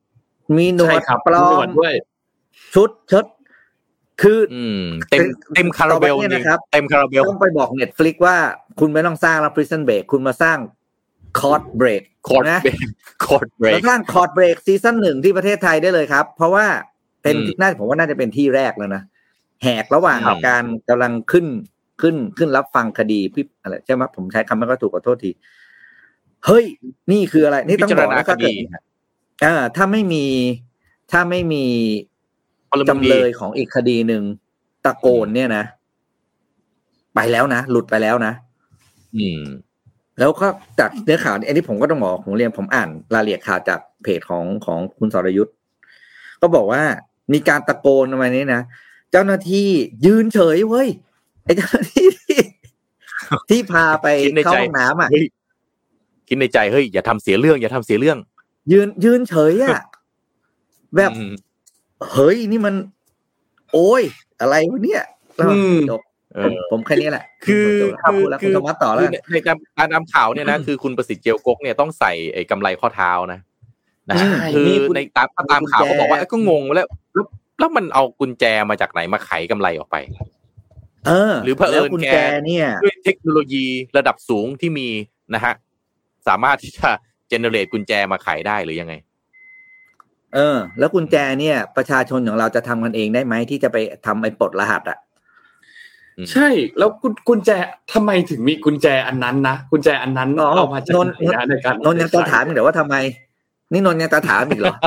มีหนวดปลอมด้วยชุดชุดคืออืมเต็มเต็มคาราเบลนี่นะครับเต็มคาราเบลต้องไปบอก Netflix ว่าคุณไม่ต้องสร้างแล้ว Prison Break คุณมาสร้าง Court Break นะ Court Break แล้วสร้าง Court Break ซีซั่นหนึ่งที่ประเทศไทยได้เลยครับเพราะว่าเป็นน่าผมว่าน่าจะเป็นที่แรกแล้วนะแหกระหว่างการกำลังขึ้นขึ้นขึ้นรับฟังคดีพี่อะไรใช่ไหมผมใช้คำไม่ก็ถูกขอโทษทีเฮ้ยนี่คืออะไรนี่ต้องบอกว่าถ้าเกิดอ่าถ้าไม่มีถ้าไม่มีจำเลยของอีกคดีหนึ่งตะโกนเนี่ยนะไปแล้วนะหลุดไปแล้วนะอืมแล้วก็จากเนื้อข่าวอันนี้ผมก็ต้องบอกผมเรียนผมอ่านรายละเอียดข่าวจากเพจของของคุณสรยุทธก็บอกว่ามีการตะโกนอะไรนี้นะเจ้าหน้าที่ยืนเฉยเว้ยไอ้เจ้าหน้าที่ที่ที่พาไปเข้าห้องน้ำอ่ะคิดในใจเฮ้ยอย่าทำเสียเรื่องอย่าทำเสียเรื่องยืนยืนเฉยอ่ะแบบเฮ้ยนี่มันโอ้ยอะไรวะเนี่ยจบผมแค่นี้แหละคือคือคือคุณต่อแล้วในการการนำข่าวเนี่ยนะคือคุณประสิทธิ์เจียวกกเนี่ยต้องใส่ไอ้กำไรข้อเท้านะนะคือในตามตามข่าวเขาบอกว่าก็งงแล้วแล้วมันเอากุญแจมาจากไหนมาไขกำไรออกไปเออหรือเผอิญแกเนี่ยด้วยเทคโนโลยีระดับสูงที่มีนะฮะสามารถที่จะเจเนเรตกุญแจมาไขได้หรือยังไงเออแล้วกุญแจเนี่ยประชาชนของเราจะทำกันเองได้ไหมที่จะไปทำไอ้ปลดรหัสอ่ะใช่แล้วกุญแจทำไมถึงมีกุญแจอันนั้นนะกุญแจอันนั้นเอามาจากไหนในการนนยังจะถามอีกเหรอว่าทำไมนี่นนยังจะถามอีกเหรอ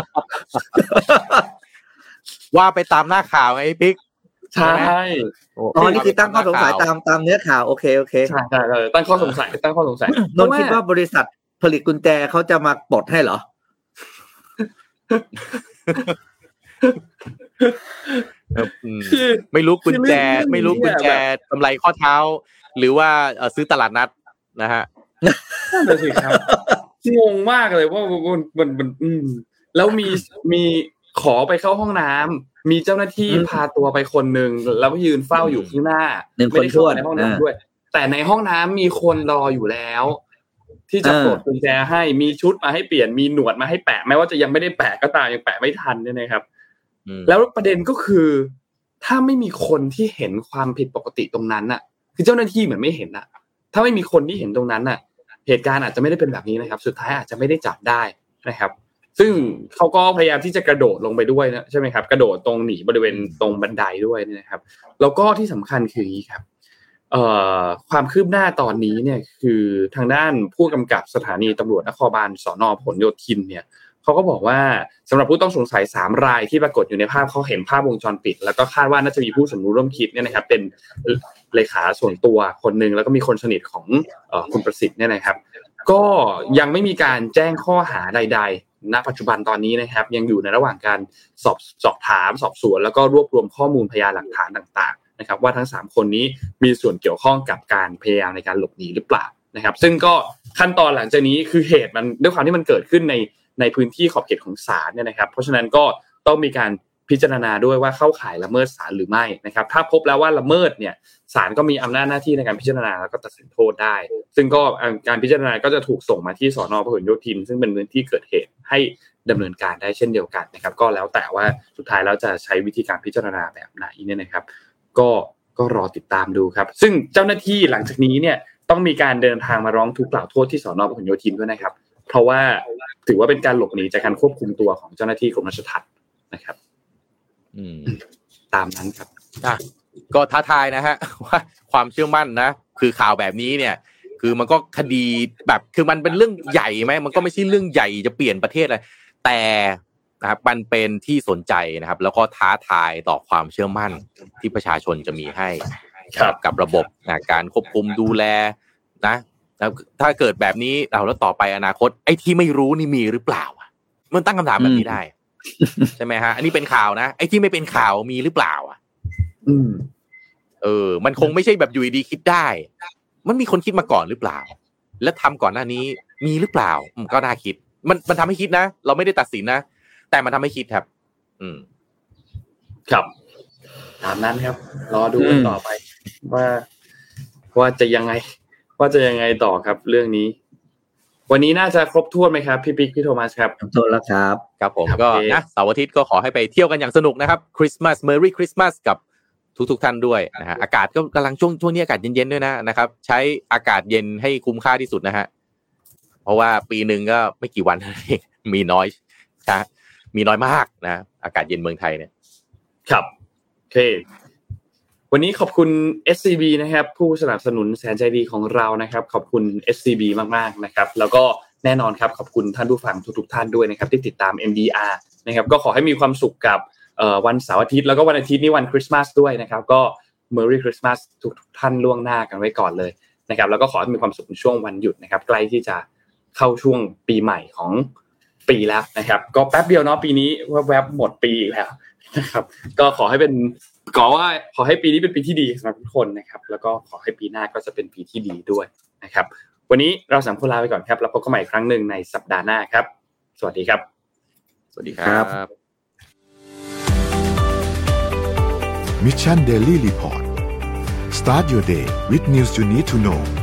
ว่าไปตามหน้าข่าวไงปิ๊กใช่อ๋อนี่คือตั้งข้อสงสัยตามตามเนื้อข่าวโอเคโอเคใช่ใช่ตั้งข้อสงสัยตั้งข้อสงสัยนนคิดว่าบริษัทผลิตกุญแจเขาจะมาปลดให้เหรอคือไม่รู้กุญแจไม่รู้กุญแจกำไรข้อเท้าหรือว่าซื้อตลาดนัดนะฮะนั่นสิครับงงมากเลยว่ามันมันมันแล้วมีมีขอไปเข้าห้องน้ำมีเจ้าหน้าที่พาตัวไปคนนึงแล้วยืนเฝ้าอยู่ข้างหน้าไม่ได้เข้าในห้องน้ำด้วยแต่ในห้องน้ำมีคนรออยู่แล้วที่จะปลดกุญแจให้มีชุดมาให้เปลี่ยนมีหนวดมาให้แปะแม้ว่าจะยังไม่ได้แปะก็ตามยังแปะไม่ทันเนี่ยนะครับแล้วประเด็นก็คือถ้าไม่มีคนที่เห็นความผิดปกติตรงนั้นน่ะคือเจ้าหน้าที่เหมือนไม่เห็นน่ะถ้าไม่มีคนที่เห็นตรงนั้นน่ะเหตุการณ์อาจจะไม่ได้เป็นแบบนี้นะครับสุดท้ายอาจจะไม่ได้จับได้นะครับซึ่งเขาก็พยายามที่จะกระโดดลงไปด้วยนะใช่ไหมครับกระโดดตรงหนีบริเวณตรงบันไดด้วยนะครับแล้วก็ที่สำคัญคืออย่างนี้ครับเอ่อความคืบหน้าตอนนี้เนี่ยคือทางด้านผู้กำกับสถานีตำรวจนครบาลสน.ผลโยธินเนี่ยเขาก็บอกว่าสำหรับผู้ต้องสงสัยสามรายที่ปรากฏอยู่ในภาพเขาเห็นภาพวงจรปิดแล้วก็คาดว่าน่าจะมีผู้สมรู้ร่วมคิดเนี่ยนะครับเป็นเลขาส่วนตัวคนนึงแล้วก็มีคนสนิทของเอ่อคุณประสิทธิ์เนี่ยนะครับก็ยังไม่มีการแจ้งข้อหาใดๆณปัจจุบันตอนนี้นะครับยังอยู่ในระหว่างการสอบสอบถามสอบสวนแล้วก็รวบรวมข้อมูลพยานหลักฐานต่างๆนะครับว่าทั้งสามคนนี้มีส่วนเกี่ยวข้องกับการพยายามในการหลบหนีหรือเปล่านะครับซึ่งก็ขั้นตอนหลังจากนี้คือเหตุมันด้วยความที่มันเกิดขึ้นในในพื้นที่ขอบเขตของศาลเนี่ยนะครับเพราะฉะนั้นก็ต้องมีการพิจารณาด้วยว่าเข้าข่ายละเมิดศาลหรือไม่นะครับถ้าพบแล้วว่าละเมิดเนี่ยศาลก็มีอำนาจหน้าที่ในการพิจารณาแล้วก็ตัดสินโทษได้ซึ่งก็การพิจารณาก็จะถูกส่งมาที่สน.พหลโยธินซึ่งเป็นพื้นที่เกิดเหตุให้ดำเนินการได้เช่นเดียวกันนะครับก็แล้วแต่ว่าสุดท้ายแล้วจะใช้วิธีการพิจารณาแบบไหนเนี่ยนะครับก็ก็รอติดตามดูครับซึ่งเจ้าหน้าที่หลังจากนี้เนี่ยต้องมีการเดินทางมาร้องทุกข์กล่าวโทษที่สน.พหลโยธินด้วยนะครับเพราะว่าถือว่าเป็นการหลบหนีจากการควบคุมตัวของเจ้าหน้าที่กรมราชทัณฑ์นะครับอืมตามนั้นครับอ่ะก็ท้าทายนะฮะว่าความเชื่อมั่นนะคือข่าวแบบนี้เนี่ยคือมันก็คดีแบบคือมันเป็นเรื่องใหญ่ไหมมันก็ไม่ใช่เรื่องใหญ่จะเปลี่ยนประเทศอะไรแต่นะครับมันเป็นที่สนใจนะครับแล้วก็ท้าทายต่อความเชื่อมั่นที่ประชาชนจะมีให้กับระบบการควบคุมดูแลนะถ้าเกิดแบบนี้เอาแล้วต่อไปอนาคตไอ้ที่ไม่รู้นี่มีหรือเปล่าอ่ะมันตั้งคำถามแบบนี้ได้ใช่ไหมฮะอันนี้เป็นข่าวนะไอ้ที่ไม่เป็นข่าวมีหรือเปล่าอ่ะอืมเออมันคงไม่ใช่แบบอยู่ดีคิดได้มันมีคนคิดมาก่อนหรือเปล่าและทำก่อนหน้านี้มีหรือเปล่าก็น่าคิดมันมันทำให้คิดนะเราไม่ได้ตัดสินนะแต่มันทำให้คิดครับอืมครับตามนั้นครับรอดูกันต่อไปว่าว่าจะยังไงว่าจะยังไงต่อครับเรื่องนี้วันนี้น่าจะครบถ้วนไหมครับพี่ปิ๊กพี่โทมัสครับครบถ้วนแล้วครับครับผมก็นะเสาร์อาทิตย์ก็ขอให้ไปเที่ยวกันอย่างสนุกนะครับคริสต์มาส Merry Christmas กับทุกๆท่านด้วยนะฮะอากาศก็กำลังช่วงช่วงนี้อากาศเย็นๆด้วยนะนะครับใช้อากาศเย็นให้คุ้มค่าที่สุดนะฮะเพราะว่าปีนึงก็ไม่กี่วันเองมีน้อยนะมีน้อยมากนะอากาศเย็นเมืองไทยเนี่ยครับโอเควันนี้ขอบคุณ เอส ซี บี นะครับผู้สนับสนุนแสนใจดีของเรานะครับขอบคุณ เอส ซี บี มากๆนะครับแล้วก็แน่นอนครับขอบคุณท่านผู้ฟังทุกๆท่านด้วยนะครับที่ติดตาม เอ็ม ดี อาร์ นะครับก็ขอให้มีความสุขกับเอ่อวันเสาร์อาทิตย์แล้วก็วันอาทิตย์นี่วันคริสต์มาสด้วยนะครับก็ Merry Christmas ทุกๆท่านล่วงหน้ากันไว้ก่อนเลยนะครับแล้วก็ขอให้มีความสุขในช่วงวันหยุดนะครับใกล้ที่จะเข้าช่วงปีใหม่ของปีแล้วนะครับก็แป๊บเดียวเนาะปีนี้แวบๆหมดปีอีกแล้วนะครับก็ขอให้เป็นขอว่าขอให้ปีนี้เป็นปีที่ดีสำหรับทุกคนนะครับแล้วก็ขอให้ปีหน้าก็จะเป็นปีที่ดีด้วยนะครับวันนี้เราสามคนลาไปก่อนครับแล้วพบกันใหม่อีกครั้งนึงในสัปดาห์หน้าครับสวัสดีครับสวัสดีครับ Mission Daily Report Start your day with news you need to know